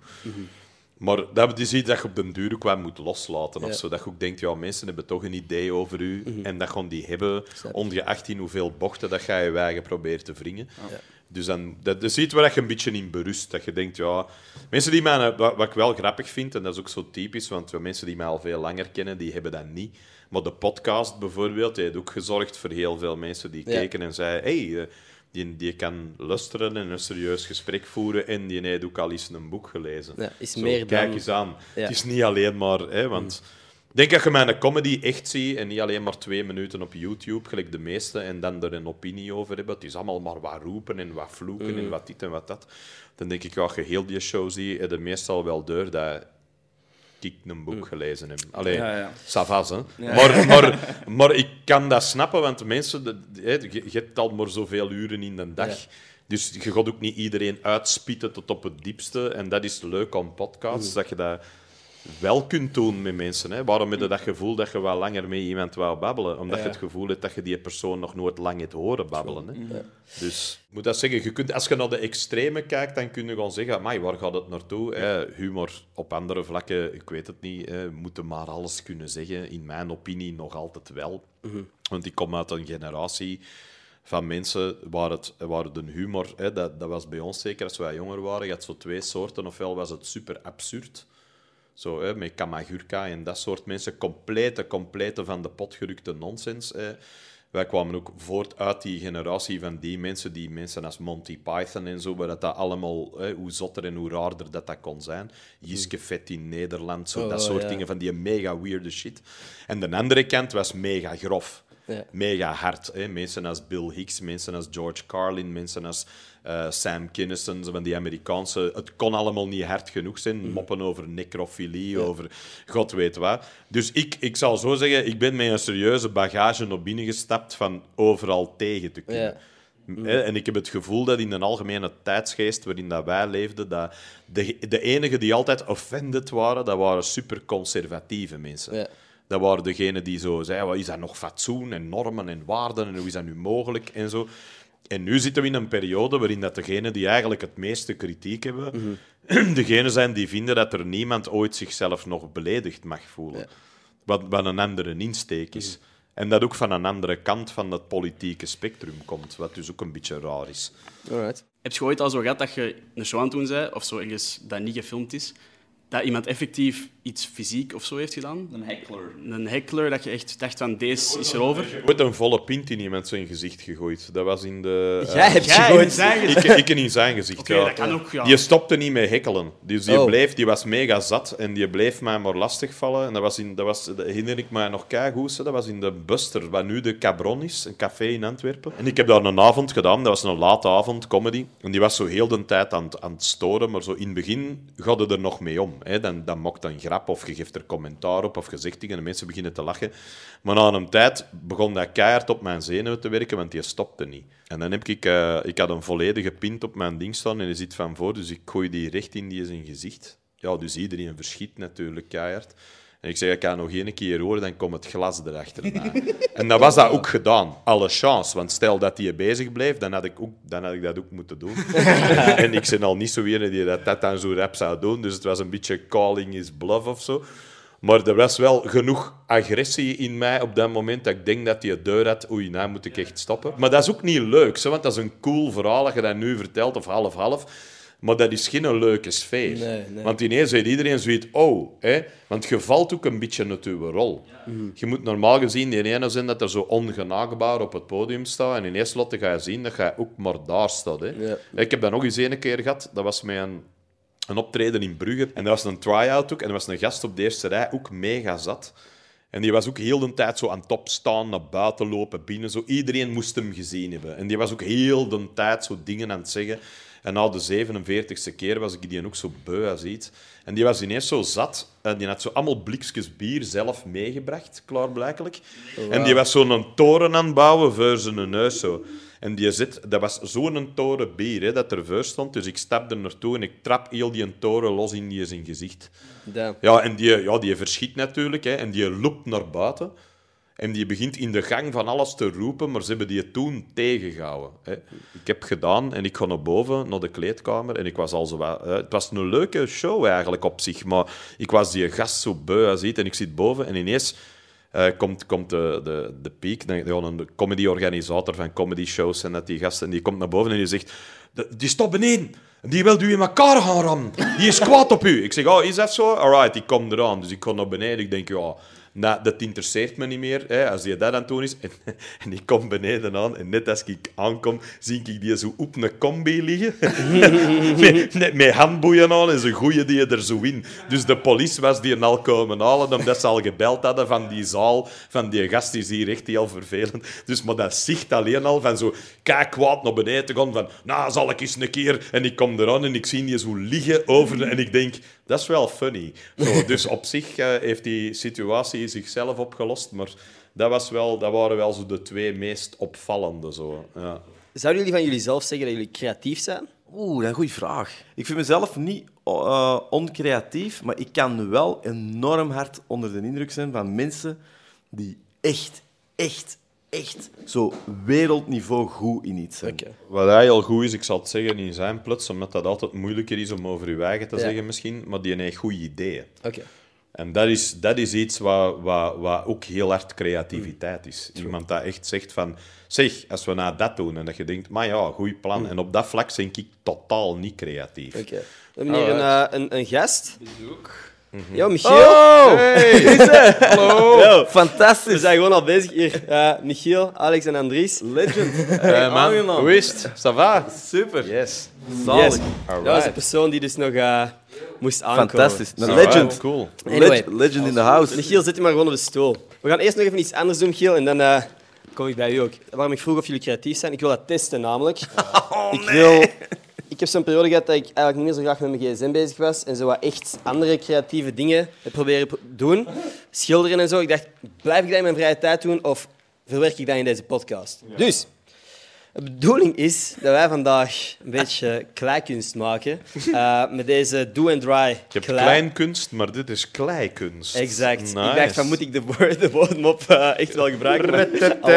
Maar dat is iets dat je op den duur ook wel moet loslaten. Of Ja. zo. Dat je ook denkt, ja, mensen hebben toch een idee over u. En dat gaan die hebben, Snap ik. ongeacht in hoeveel bochten dat je je eigen probeert te wringen. Ja. Dus dat is iets waar je een beetje in berust. Dat je denkt, ja... Mensen die mij... Wat ik wel grappig vind, en dat is ook zo typisch, want mensen die mij al veel langer kennen, die hebben dat niet. Maar de podcast bijvoorbeeld, die heeft ook gezorgd voor heel veel mensen die Ja. keken en zeiden... Hey, die kan luisteren en een serieus gesprek voeren en die heeft ook al eens een boek gelezen. Ja, is Zo, meer kijk dan- eens aan. Ja. Het is niet alleen maar... Hè, want ik denk dat je mijn comedy echt ziet en niet alleen maar 2 minuten op YouTube, gelijk de meeste, en dan er een opinie over hebben. Het is allemaal maar wat roepen en wat vloeken en wat dit en wat dat. Dan denk ik, als je heel die show ziet, heb je meestal wel door dat ik een boek gelezen heb. Allee, Ja. ça va, hè. Ja. Maar ik kan dat snappen, want mensen... Je hebt al maar zoveel uren in de dag. Ja. Dus je gaat ook niet iedereen uitspitten tot op het diepste. En dat is leuk aan podcasts, dat je dat wel kunt doen met mensen. Hè. Waarom heb je dat gevoel dat je wel langer met iemand wou babbelen? Omdat je het gevoel hebt dat je die persoon nog nooit lang hebt horen babbelen. Hè. Dus ik moet dat zeggen, als je naar de extreme kijkt, dan kun je gewoon zeggen, amai, waar gaat het naartoe? Humor op andere vlakken, ik weet het niet. We moeten maar alles kunnen zeggen. In mijn opinie nog altijd wel. Want ik kom uit een generatie van mensen waar de humor... Dat was bij ons zeker als wij jonger waren. Je had zo 2 soorten. Ofwel was het super absurd. Zo, met Kamagurka en dat soort mensen. Complete van de pot gerukte nonsens. Wij kwamen ook voort uit die generatie van die mensen als Monty Python en zo, waar dat allemaal, hoe zotter en hoe raarder dat kon zijn. Jiske Vet in Nederland, zo, dat soort dingen, van die mega weirde shit. En de andere kant was mega grof. Ja. Mega hard. Hè? Mensen als Bill Hicks, mensen als George Carlin, mensen als Sam Kinison, zo van die Amerikaanse... Het kon allemaal niet hard genoeg zijn. Moppen over necrofilie, over god weet wat. Dus ik zal zo zeggen, ik ben met een serieuze bagage naar binnen gestapt van overal tegen te kunnen. Ja. En ik heb het gevoel dat in een algemene tijdsgeest waarin dat wij leefden, dat de enigen die altijd offended waren, dat waren superconservatieve mensen. Ja. Dat waren degenen die zo zeiden, wat is dat nog fatsoen en normen en waarden en hoe is dat nu mogelijk en zo. En nu zitten we in een periode waarin dat degenen die eigenlijk het meeste kritiek hebben, degenen zijn die vinden dat er niemand ooit zichzelf nog beledigd mag voelen. Wat een andere insteek is. En dat ook van een andere kant van het politieke spectrum komt, wat dus ook een beetje raar is. Alright. Heb je ooit al zo gehad dat je een show aan het doen bent, of zo ergens dat niet gefilmd is, dat iemand effectief iets fysiek of zo heeft gedaan? Een heckler. Een heckler, dat je echt dacht van, deze is erover. Ik heb een volle pint in iemand zijn gezicht gegooid. Dat was in de... Jij hebt Jij gegooid. in zijn gezicht. Ik in zijn gezicht, Oké, ja. dat kan ook, ja. Die stopte niet met hekkelen. Dus die was mega zat en die bleef mij maar lastigvallen. En dat herinner ik me nog keigoed. Dat was in de Buster, wat nu de Cabron is, een café in Antwerpen. En ik heb daar een avond gedaan, dat was een late avond, comedy. En die was zo heel de tijd aan het storen, maar zo in het begin gaat het er nog mee om. Hè. Dan mokt een grap of je geeft er commentaar op of je zegt dingen en mensen beginnen te lachen. Maar na een tijd begon dat keihard op mijn zenuwen te werken, want die stopte niet. En dan heb ik had een volledige pint op mijn ding staan en die zit van voor, dus ik gooi die recht in die zijn gezicht. Ja, dus iedereen verschiet natuurlijk keihard. En ik zeg, ik kan nog één keer horen, dan komt het glas erachterna. En dan was dat ook gedaan. Alle chance. Want stel dat die bezig bleef, dan had ik dat ook moeten doen. En ik ben al niet zo ene die dat dan zo rap zou doen. Dus het was een beetje calling his bluff of zo. Maar er was wel genoeg agressie in mij op dat moment dat ik denk dat hij het deur had. Oei, nou moet ik echt stoppen. Maar dat is ook niet leuk, zo, want dat is een cool verhaal dat je dat nu vertelt, of half-half. Maar dat is geen leuke sfeer. Nee. Want ineens weet iedereen zoiets, want je valt ook een beetje uit je rol. Je moet normaal gezien die ene zijn dat er zo ongenaakbaar op het podium staat en in eerste lotte ga je zien dat je ook maar daar staat. Hè. Ja. Ik heb dat nog eens een keer gehad, dat was met een optreden in Brugge en dat was een try-out ook en er was een gast op de eerste rij, ook mega zat. En die was ook heel de tijd zo aan top staan, naar buiten lopen, binnen. Zo. Iedereen moest hem gezien hebben. En die was ook heel de tijd zo dingen aan het zeggen. En na de 47e keer was ik die ook zo beu als iets. En die was ineens zo zat. En die had zo allemaal blikjes bier zelf meegebracht, klaarblijkelijk. Oh, wow. En die was zo'n toren aan het bouwen voor zijn huis. Zo. En dat was zo'n toren bier hè, dat er voor stond. Dus ik stapte er naartoe en ik trap heel die toren los in die zijn gezicht. Damn. Ja, en die verschiet natuurlijk. Hè, en die loopt naar buiten. En die begint in de gang van alles te roepen, maar ze hebben die toen tegengehouden. Hè. Ik heb gedaan en ik ga naar boven, naar de kleedkamer. En ik was al zo wat... Het was een leuke show eigenlijk op zich, maar ik was die gast zo beu als iets. En ik zit boven en ineens komt de piek, een comedy-organisator van comedy shows en dat die gasten, en die komt naar boven en die zegt... Die staat beneden. Die wil u in elkaar gaan rammen. Die is kwaad op u. Ik zeg, is dat zo? Alright, ik kom eraan. Dus ik ga naar beneden. Ik denk, dat interesseert me niet meer, hè, als die dat aan het doen is. En ik kom beneden aan en net als ik aankom, zie ik die zo op een combi liggen. met handboeien aan en zo'n goeie die er zo in. Dus de politie was die al komen halen, omdat ze al gebeld hadden van die zaal, van die gast is hier echt heel vervelend. Dus, maar dat zicht alleen al van zo, kijk kwaad naar beneden te gaan, van, nou, zal ik eens een keer... En ik kom eraan en ik zie die zo liggen over... En ik denk, dat is wel funny. Zo, dus op zich heeft die situatie zichzelf opgelost, maar dat waren wel zo de twee meest opvallende. Zo. Ja. Zouden jullie van jullie zelf zeggen dat jullie creatief zijn? Dat is een goede vraag. Ik vind mezelf niet oncreatief, maar ik kan wel enorm hard onder de indruk zijn van mensen die echt zo wereldniveau goed in iets zijn. Okay. Wat hij heel goed is, ik zal het zeggen in zijn plots, omdat dat altijd moeilijker is om over je eigen te zeggen misschien, maar die heeft goede ideeën. Okay. En dat is iets wat ook heel hard creativiteit is. Iemand dat echt zegt van... Zeg, als we nou dat doen, en dat je denkt, maar ja, goed plan. En op dat vlak ben ik totaal niet creatief. Okay. We hebben hier een gast. Bezoek. Yo, Michiel. Oh! Hey! Hallo! Yo, Fantastisch. we zijn gewoon al bezig hier. Michiel, Alex en Andries. Legend. Man, Aangenaam. hoe is het? Ça va? Super. Yes. Zalig. Yes. Dat was een persoon die dus nog moest aankomen. Fantastisch. Een Alright, legend. Cool. Anyway. Legend in the house. Michiel, zit je maar gewoon op de stoel. We gaan eerst nog even iets anders doen, Michiel, en dan kom ik bij u ook. Waarom ik vroeg of jullie creatief zijn? Ik wil dat testen, namelijk. Ik heb zo'n periode gehad dat ik eigenlijk niet meer zo graag met mijn gsm bezig was en zo wat echt andere creatieve dingen heb proberen doen. Schilderen en zo. Ik dacht, blijf ik dat in mijn vrije tijd doen of verwerk ik dat in deze podcast? Ja. Dus, de bedoeling is dat wij vandaag een beetje kleikunst maken met deze do-and-dry Je hebt kleinkunst, maar dit is kleikunst. Exact. Nice. Ik dacht, van, moet ik de woordmop echt wel gebruiken? Maar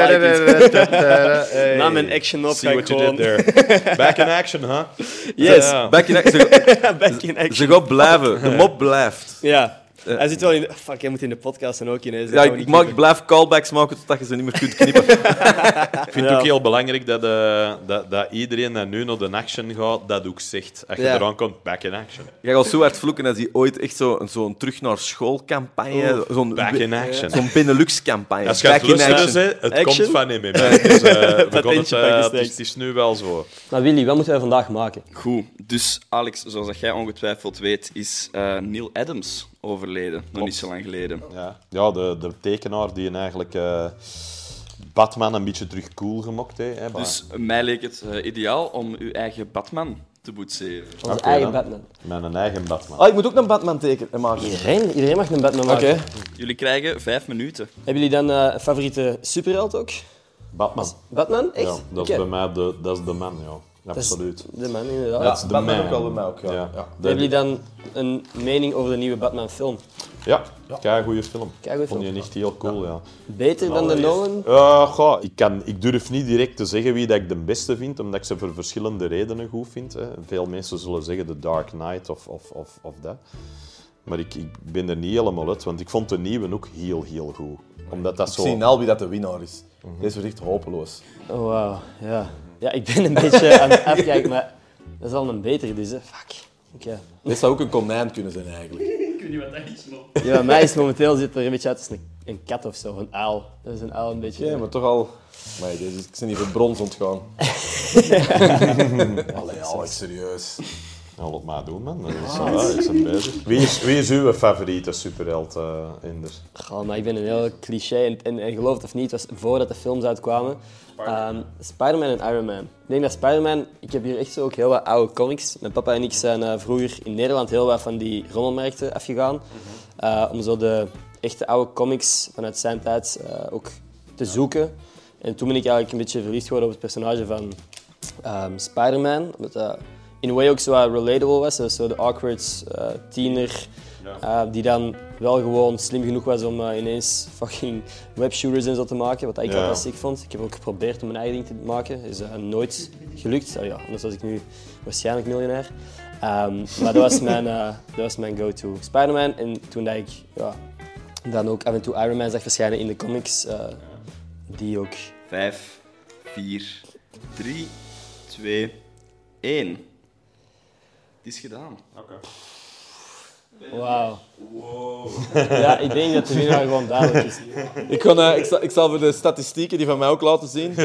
na mijn action-mop ga ik gewoon... Back in action, huh? Yes. Back in action. Back in action. Ze gaat blijven. De mop blijft. Ja. Hij zit wel in... Fuck, hij moet in de podcast en ook ineens. Ja, ik blijf callbacks maken totdat je ze niet meer kunt knippen. Ik vind het ook heel belangrijk dat iedereen dat nu naar de action gaat, dat ook zegt. Als je eraan komt, back in action. Je gaat zo hard vloeken als hij ooit echt zo'n terug naar school-campagne... Zo'n Back in action. Zo'n Benelux-campagne. Als je het luistert, het Action? komt van hem. Dus, het is nu wel zo. Maar Willy, wat moeten wij vandaag maken? Goed. Dus Alex, zoals dat jij ongetwijfeld weet, is Neil Adams overleden. Nog niet zo lang geleden. Ja, de tekenaar die eigenlijk Batman een beetje terug cool gemokt heeft. Hè, Dus mij leek het ideaal om uw eigen Batman te boetseren. Onze eigen Batman. Mijn eigen Batman. Oh, ik moet ook een Batman tekenen maken. Iedereen mag een Batman maken. Oké. Jullie krijgen 5 minuten. Hebben jullie dan een favoriete superheld ook? Batman. Batman? Echt? Ja, dat is bij mij dat is de man, ja. Absoluut. De man, inderdaad. Dat is de Batman man. ook wel bij mij ook, ja. Hebben jullie dan een mening over de nieuwe Batman-film? Ja, kei goede film. Keigoeie Vond je film. echt heel cool, ja. Beter dan de Nolan? Ik durf niet direct te zeggen wie dat ik de beste vind, omdat ik ze voor verschillende redenen goed vind. Hè. Veel mensen zullen zeggen The Dark Knight of dat. Maar ik ben er niet helemaal uit, want ik vond de nieuwe ook heel goed. Omdat dat Ik zo... zie al wie dat de winnaar is. Deze wordt echt hopeloos. Oh, wauw. Ja. Ja, ik ben een beetje aan het afkijken, maar Dat is al een betere, dus. Hè. Fuck. Okay. Dit zou ook een konijn kunnen zijn, eigenlijk. Ik weet niet wat dat is, man. Ja, bij mij is momenteel ziet er een beetje uit als een kat of zo, een uil. Dat is een uil een beetje. Ja, maar toch al... Maar deze, ik ben hier voor brons ontgaan. Allee, Alex, serieus. Nou, laat maar doen, man. Dat is een bezig. Wie is uw favoriete superheld, Inder? Goh, maar ik ben een heel cliché en geloof het of niet, het was voordat de films uitkwamen. Spider-Man en Iron Man. Ik denk dat Spider-Man... Ik heb hier echt zo ook heel wat oude comics. Mijn papa en ik zijn vroeger in Nederland heel wat van die rommelmarkten afgegaan. Om zo de echte oude comics vanuit zijn tijd ook te zoeken. En toen ben ik eigenlijk een beetje verliefd geworden op het personage van Spider-Man. Omdat dat in een way ook zo relatable was. Dus zo de awkward tiener die dan wel gewoon slim genoeg was om ineens fucking webshooters en zo te maken. Wat ik wel sick vond. Ik heb ook geprobeerd om mijn eigen ding te maken. Is nooit gelukt. Anders was ik nu waarschijnlijk miljonair. Maar dat was mijn go-to. Spider-Man. En toen dat ik dan ook af en toe Iron Man zag verschijnen in de comics, die ook. 5, 4, 3, 2, 1. Het is gedaan. Oké. Wauw. Ja, ik denk dat de winnaar gewoon duidelijk is. Ik zal voor de statistieken die van mij ook laten zien.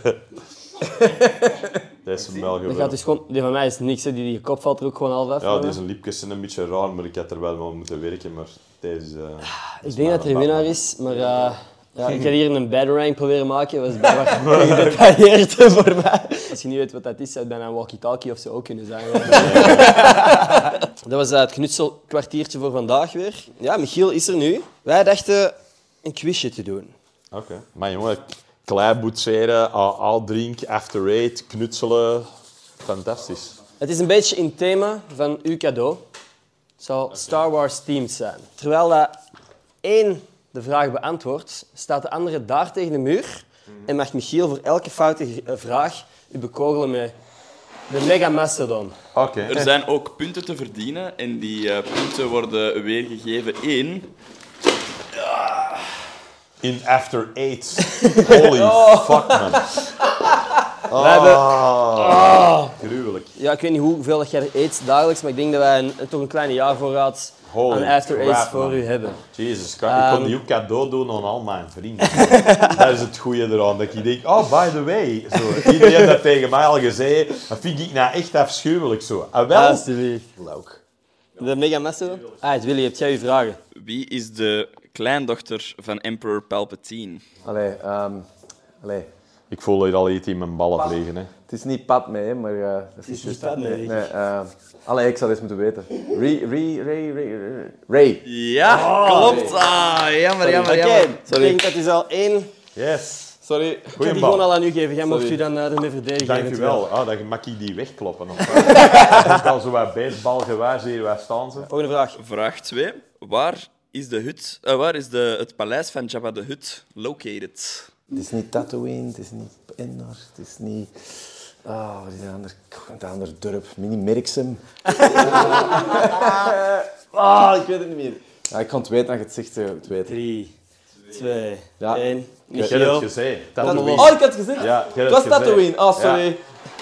Deze is wel Dat gebeurd. gaat dus gewoon, die van mij is niks, hè. Die kop valt er ook gewoon half af. Ja, deze lipjes zijn een beetje raar, maar ik had er wel mee moeten werken. Maar deze is... Ik denk dat er een winnaar is, maar ik ga hier een batarang proberen maken. Dat was blijkbaar gedetailleerd voor mij. Als je niet weet wat dat is, zou het bijna een walkie-talkie of zo ook kunnen zijn. Dat was het knutselkwartiertje voor vandaag weer. Ja, Michiel is er nu. Wij dachten een quizje te doen. Oké. Maar jongen, klei boetseren, al drink, after eight, knutselen. Fantastisch. Het is een beetje in het thema van uw cadeau. Het zal Star Wars themed zijn. Terwijl dat één de vraag beantwoordt, staat de andere daar tegen de muur en mag Michiel voor elke foute vraag u bekogelen met de Mega Mastodon. Oké. Er zijn ook punten te verdienen en die punten worden weergegeven in... In after eight. Holy fuck, man. We hebben... Gruwelijk. Ja, ik weet niet hoeveel dat jij er eet dagelijks, maar ik denk dat wij toch een kleine jaarvoorraad Holy aan After Eight crap, voor man. u hebben. Jezus, ik kon die ook cadeau doen aan al mijn vrienden. Dat is het goede eraan. Dat ik denk, oh, by the way. Zo, iedereen heeft dat tegen mij al gezegd. Dat vind ik nou echt afschuwelijk zo. En wel... Alsjeblieft. Leuk. De Mega Mastodon? Willy, heb jij uw vragen? Wie is de kleindochter van Emperor Palpatine? Allee. Ik voel hier al iets in mijn ballen vliegen. Hè. Het is niet Padme, hè, maar... dat is niet Padme, denk ik. Nee, allee, ik zou eens moeten weten. Ray. Ja, klopt. Jammer. Oké, ik denk dat is al één. Yes. Sorry. Ik ga Goeie die gewoon bal. al aan u geven. Jij mocht Sorry. u dan ermee verdedigen. Dank u eventueel. wel. Dan mag ik die wegkloppen. Of wat? Ik al zo wat baseballgewijs hier, waar staan ze? Volgende vraag. Vraag 2. Waar is het paleis van Jabba the Hutt located? Het is niet Tatooine, het is niet Endor, het is niet... wat is een ander dorp? Mini-Merksem. Ik weet het niet meer. Ja, ik kan het weten als je het zegt, het weten. 3, 2, Ja. 1. Ik heb Michiel. het gezegd. Oh, Tatooine. ik had het gezegd? Ja, Het was Tatooine. Oh, sorry. Ja.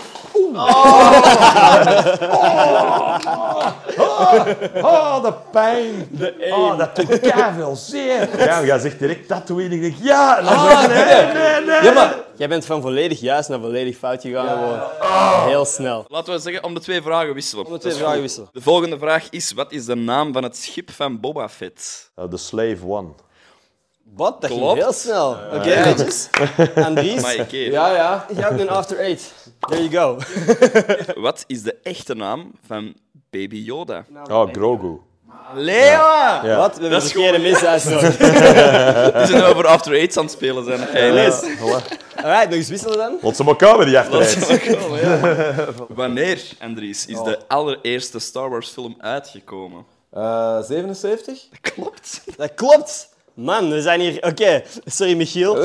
Oh, de pijn. Oh, dat doet veel zeer. Ja, jij zegt direct Tatooine. Ik denk, ja. En dan zeg je, nee. Ja, maar... Jij bent van volledig juist naar volledig fout gegaan. Gewoon heel snel. Laten we zeggen, om de 2 vragen wisselen. Om de 2 vragen wisselen. De volgende vraag is, wat is de naam van het schip van Boba Fett? The Slave One. Wat? Dat ging Klopt. heel snel. Oké, netjes. Andries, Maar oké. Ja. jij hebt een After Eight. There you go. Wat is de echte naam van Baby Yoda? Oh, Grogu. Leeuwen! Ja. Wat? We hebben Dat de is verkeerde mis uitgezocht. Die zijn over After Eight aan het spelen zijn. Alright, nog eens wisselen dan. Laat ze maar komen, die achteruit. Wanneer, Andries, is de allereerste Star Wars film uitgekomen? 77? Klopt. Dat klopt. Man, we zijn hier... Oké, sorry Michiel.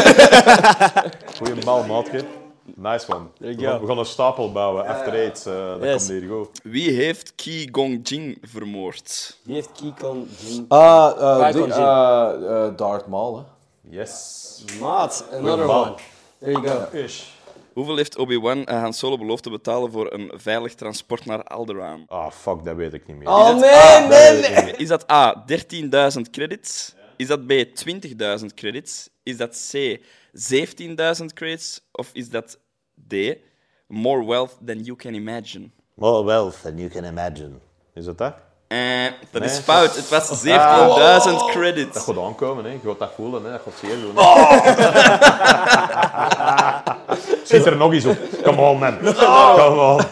Goeie bal, maatje. Nice one. There We you go. gaan een stapel bouwen. After Eight, dat Yes. komt hier goed. Wie heeft Qui Gong Jin vermoord? Die heeft Kikon Jin. Darth Maul, hè. Yes. Maat, another bal. one. There you go. Hoeveel heeft Obi-Wan Han Solo beloofd te betalen voor een veilig transport naar Alderaan? Ah, fuck, dat weet ik niet meer. Is dat A, 13.000 credits? Is dat B, 20.000 credits? Is dat C, 17.000 credits? Of is dat D, more wealth than you can imagine? More wealth than you can imagine. Is dat dat? Dat is fout. Het was 17.000 credits. Dat gaat aankomen, hè. Je gaat dat voelen, hè. Dat gaat zeer doen. Zit er nog eens op. Come on, man. Come on.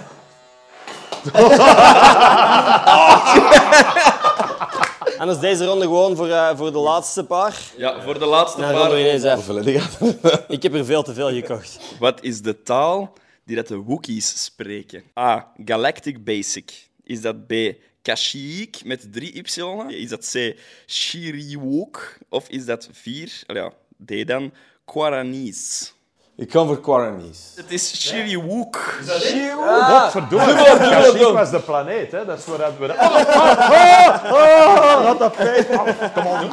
En dus deze ronde gewoon voor de laatste paar. Ja, voor de laatste Nou, paar. ronden we ineens af. Volledig af. Ik heb er veel te veel gekocht. Wat is de taal die dat de Wookiees spreken? A. Galactic Basic. Is dat B. Kashyyyk met 3 y'en? Is dat C. Shiriwook? Of is dat 4? Ja, D dan. Guaranese. Ik ga voor Quaranies. Het is Shiriwook. Godverdomme. Kashyyyk was de planeet, hè. Dat is waar we... Wat een feit. Come on.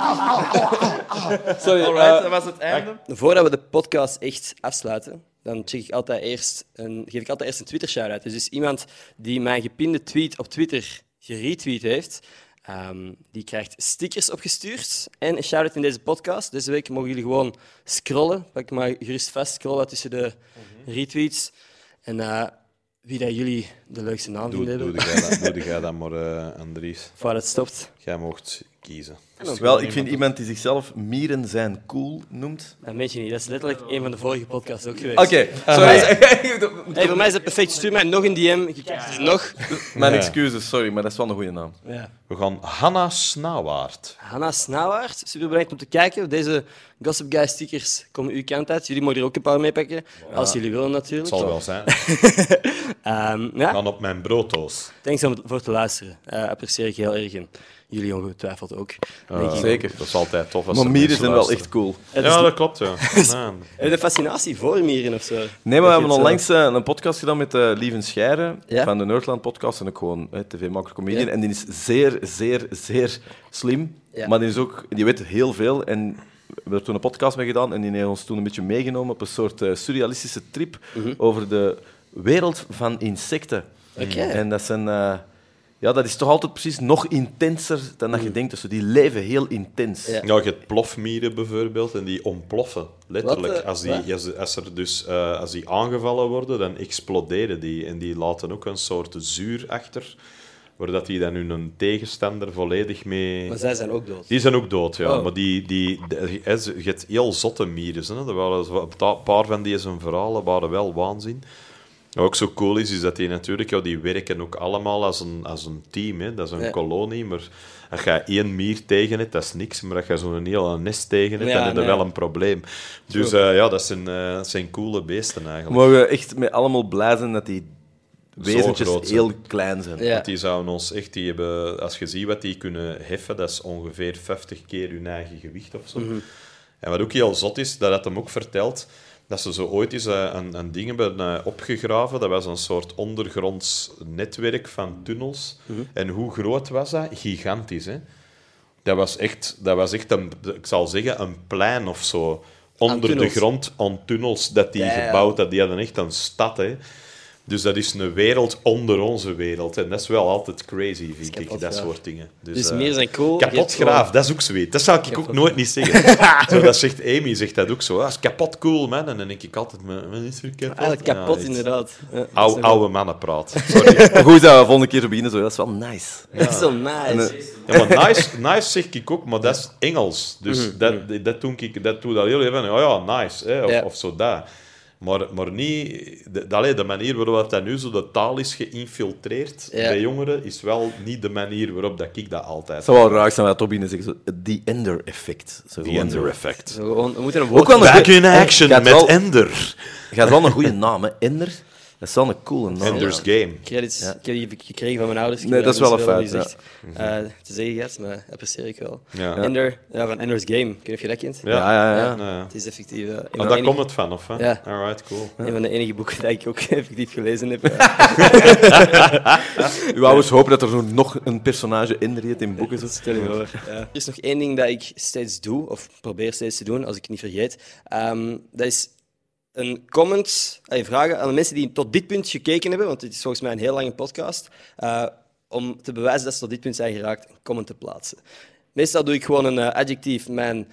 Sorry, Alright, dat was het einde. Voordat we de podcast echt afsluiten, dan geef ik altijd eerst een Twitter-shout-out. Dus iemand die mijn gepinde tweet op Twitter geretweet heeft, die krijgt stickers opgestuurd en een shout-out in deze podcast. Deze week mogen jullie gewoon scrollen. Pak maar gerust vast, scroll wat tussen de retweets. En wie dat jullie de leukste naam vinden hebben. Doe jij dat maar, Andries. Voor het stopt. Jij mocht kiezen. Wel, ik vind iemand die zichzelf mieren zijn cool noemt. Dat weet je niet. Dat is letterlijk een van de vorige podcasts ook geweest. Oké, sorry. Hey, voor mij is dat perfect. Stuur mij nog een DM. Je krijgt er nog. Mijn excuses, sorry, maar dat is wel een goede naam. Ja. We gaan Hanna Snawaard. Hanna Snawaard, super bedankt om te kijken. Deze Gossip Guy stickers komen uw kant uit. Jullie mogen er ook een paar meepakken, als jullie willen natuurlijk. Het zal wel zijn. Ja, Dan op mijn brooddoos. thanks voor te luisteren. Apprecieer ik heel erg en jullie ongetwijfeld ook. Denk ik. Zeker. Dat is altijd tof. Als Maar er mieren mensen zijn wel luisteren. echt cool. Ja, dat klopt, ja. Man. Heb je een fascinatie voor mieren of zo? Nee, maar we hebben het onlangs een podcast gedaan met Lieven Scheire Ja? van de Nerdland podcast en ook gewoon tv-maker comedian. Ja. En die is zeer, zeer, zeer slim, Ja. maar die weet heel veel. En we hebben er toen een podcast mee gedaan en die heeft ons toen een beetje meegenomen op een soort surrealistische trip over de wereld van insecten. Oké. En dat zijn... ja, dat is toch altijd precies nog intenser dan dat je denkt. Dus die leven heel intens. Ja. Ja, je hebt plofmieren bijvoorbeeld en die ontploffen. Letterlijk. Wat, Als die aangevallen worden, dan exploderen die. En die laten ook een soort zuur achter, waar dat die dan hun tegenstander volledig mee... Maar zij zijn ook dood. Die zijn ook dood, ja. Oh. Maar je hebt heel zotte mieren. Hè. Er waren een paar van die zijn verhalen waren wel waanzin. Wat ook zo cool is dat die natuurlijk, ja, die werken ook allemaal als een team. Hè. Dat is een kolonie, maar als je 1 mier tegen hebt, dat is niks. Maar als je zo'n heel nest tegen hebt, Ja, dan heb je nee. wel een probleem. Dus ja, dat zijn coole beesten We eigenlijk. mogen echt met allemaal blij zijn dat die wezentjes groot zijn. heel klein zijn. Ja. Want die zouden ons echt, die hebben, als je ziet wat die kunnen heffen, dat is ongeveer 50 keer hun eigen gewicht of zo. En wat ook heel zot is, dat had hem ook verteld, dat ze zo ooit eens een ding hebben opgegraven. Dat was een soort ondergronds netwerk van tunnels. En hoe groot was dat? Gigantisch, hè? Dat was echt ik zal zeggen, een plein of zo. Onder de tunnels. grond, aan tunnels, dat die Ja, ja. gebouwd hadden. Die hadden echt een stad, hè. Dus dat is een wereld onder onze wereld. En dat is wel altijd crazy, vind ik, kapot dat graaf. soort dingen. Dus mieren zijn cool. Kapot graaf, dat is ook zoiets. Dat zou ik ook nooit niet zeggen. Zo, dat zegt Amy, zegt dat ook zo. Dat is kapot cool, man. En dan denk ik altijd, wat is er kapot? Eigenlijk kapot, Ja, echt. inderdaad. Ja, dat is Oude mannenpraat. Sorry. Maar goed, dat we volgende keer zo beginnen. Zo. Dat is wel nice. Dat is zo nice. Ja, maar nice zeg ik ook, maar dat is Engels. Dus dat doe ik al heel even. Ja, nice. Hè, Ja. of zo dat. Maar niet... De manier waarop dat nu zo de taal is geïnfiltreerd bij jongeren, is wel niet de manier waarop dat ik dat altijd... Het zou wel raar zijn dat op binnen zeggen. Zo, the Ender-effect. Zo The gewoon Ender zo. effect. Zo gewoon, we moeten een woord... Ook wel een Back goeie- in action Gaat met wel- Ender. Gaat wel een goede naam, hè? Ender. Dat is wel een coole naam. Ender's Game. Credits, ik heb die gekregen van mijn ouders. Ik Nee, heb dat is wel niet een zoveel feit, gezegd, te zeggen gehad, maar dat apprecieer ik wel. Ja. Ender, van Ender's Game. Ik weet niet of je dat kent. Ja. Het is effectief... Maar daar komt het van, of? Hè? Ja. Alright, cool. Een van de enige boeken dat ik ook effectief gelezen heb. Uw ouders hopen dat er zo nog een personage Ender heet in boeken. Zo. Stel je voor. Ja. Er is nog één ding dat ik steeds doe, of probeer steeds te doen, als ik het niet vergeet. Dat is een comment, vragen aan de mensen die tot dit punt gekeken hebben, want dit is volgens mij een heel lange podcast, om te bewijzen dat ze tot dit punt zijn geraakt, een comment te plaatsen. Meestal doe ik gewoon een adjectief, mijn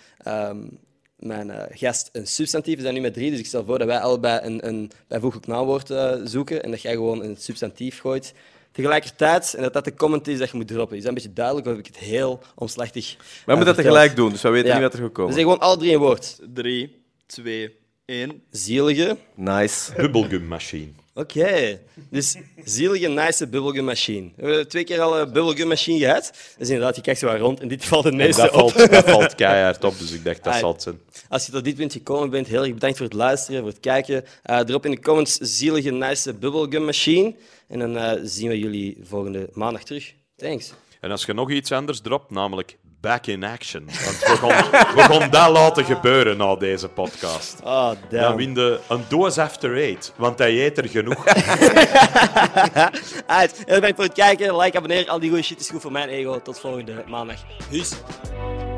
gast een substantief. We zijn nu met 3, dus ik stel voor dat wij allebei een bijvoeglijk naamwoord zoeken en dat jij gewoon een substantief gooit. Tegelijkertijd, en dat de comment is dat je moet droppen. Is dat een beetje duidelijk of heb ik het heel omslachtig We moeten dat tegelijk doen, dus we weten Ja. niet wat er gaat We komen. zeggen gewoon alle 3 een woord. 3, 2, 1. Zielige. Nice. Bubblegummachine. Oké. Dus zielige, nice bubblegum machine. We hebben 2 keer al een bubblegum machine gehad. Dus inderdaad, je kijkt zo wat rond en dit valt het meeste op. Dat valt keihard op, dus ik dacht dat Ah, zal het zijn. Als je tot dit punt gekomen bent, heel erg bedankt voor het luisteren, voor het kijken. Drop in de comments zielige, nice bubblegum machine. En dan zien we jullie volgende maandag terug. Thanks. En als je nog iets anders dropt, namelijk back in action. Want we gaan dat laten gebeuren na deze podcast. Oh, Dan damn. win je een doos after 8, want hij eet er genoeg. Alright, heel bedankt voor het kijken. Like, abonneer. Al die goede shit is goed voor mijn ego. Tot volgende maandag. Peace.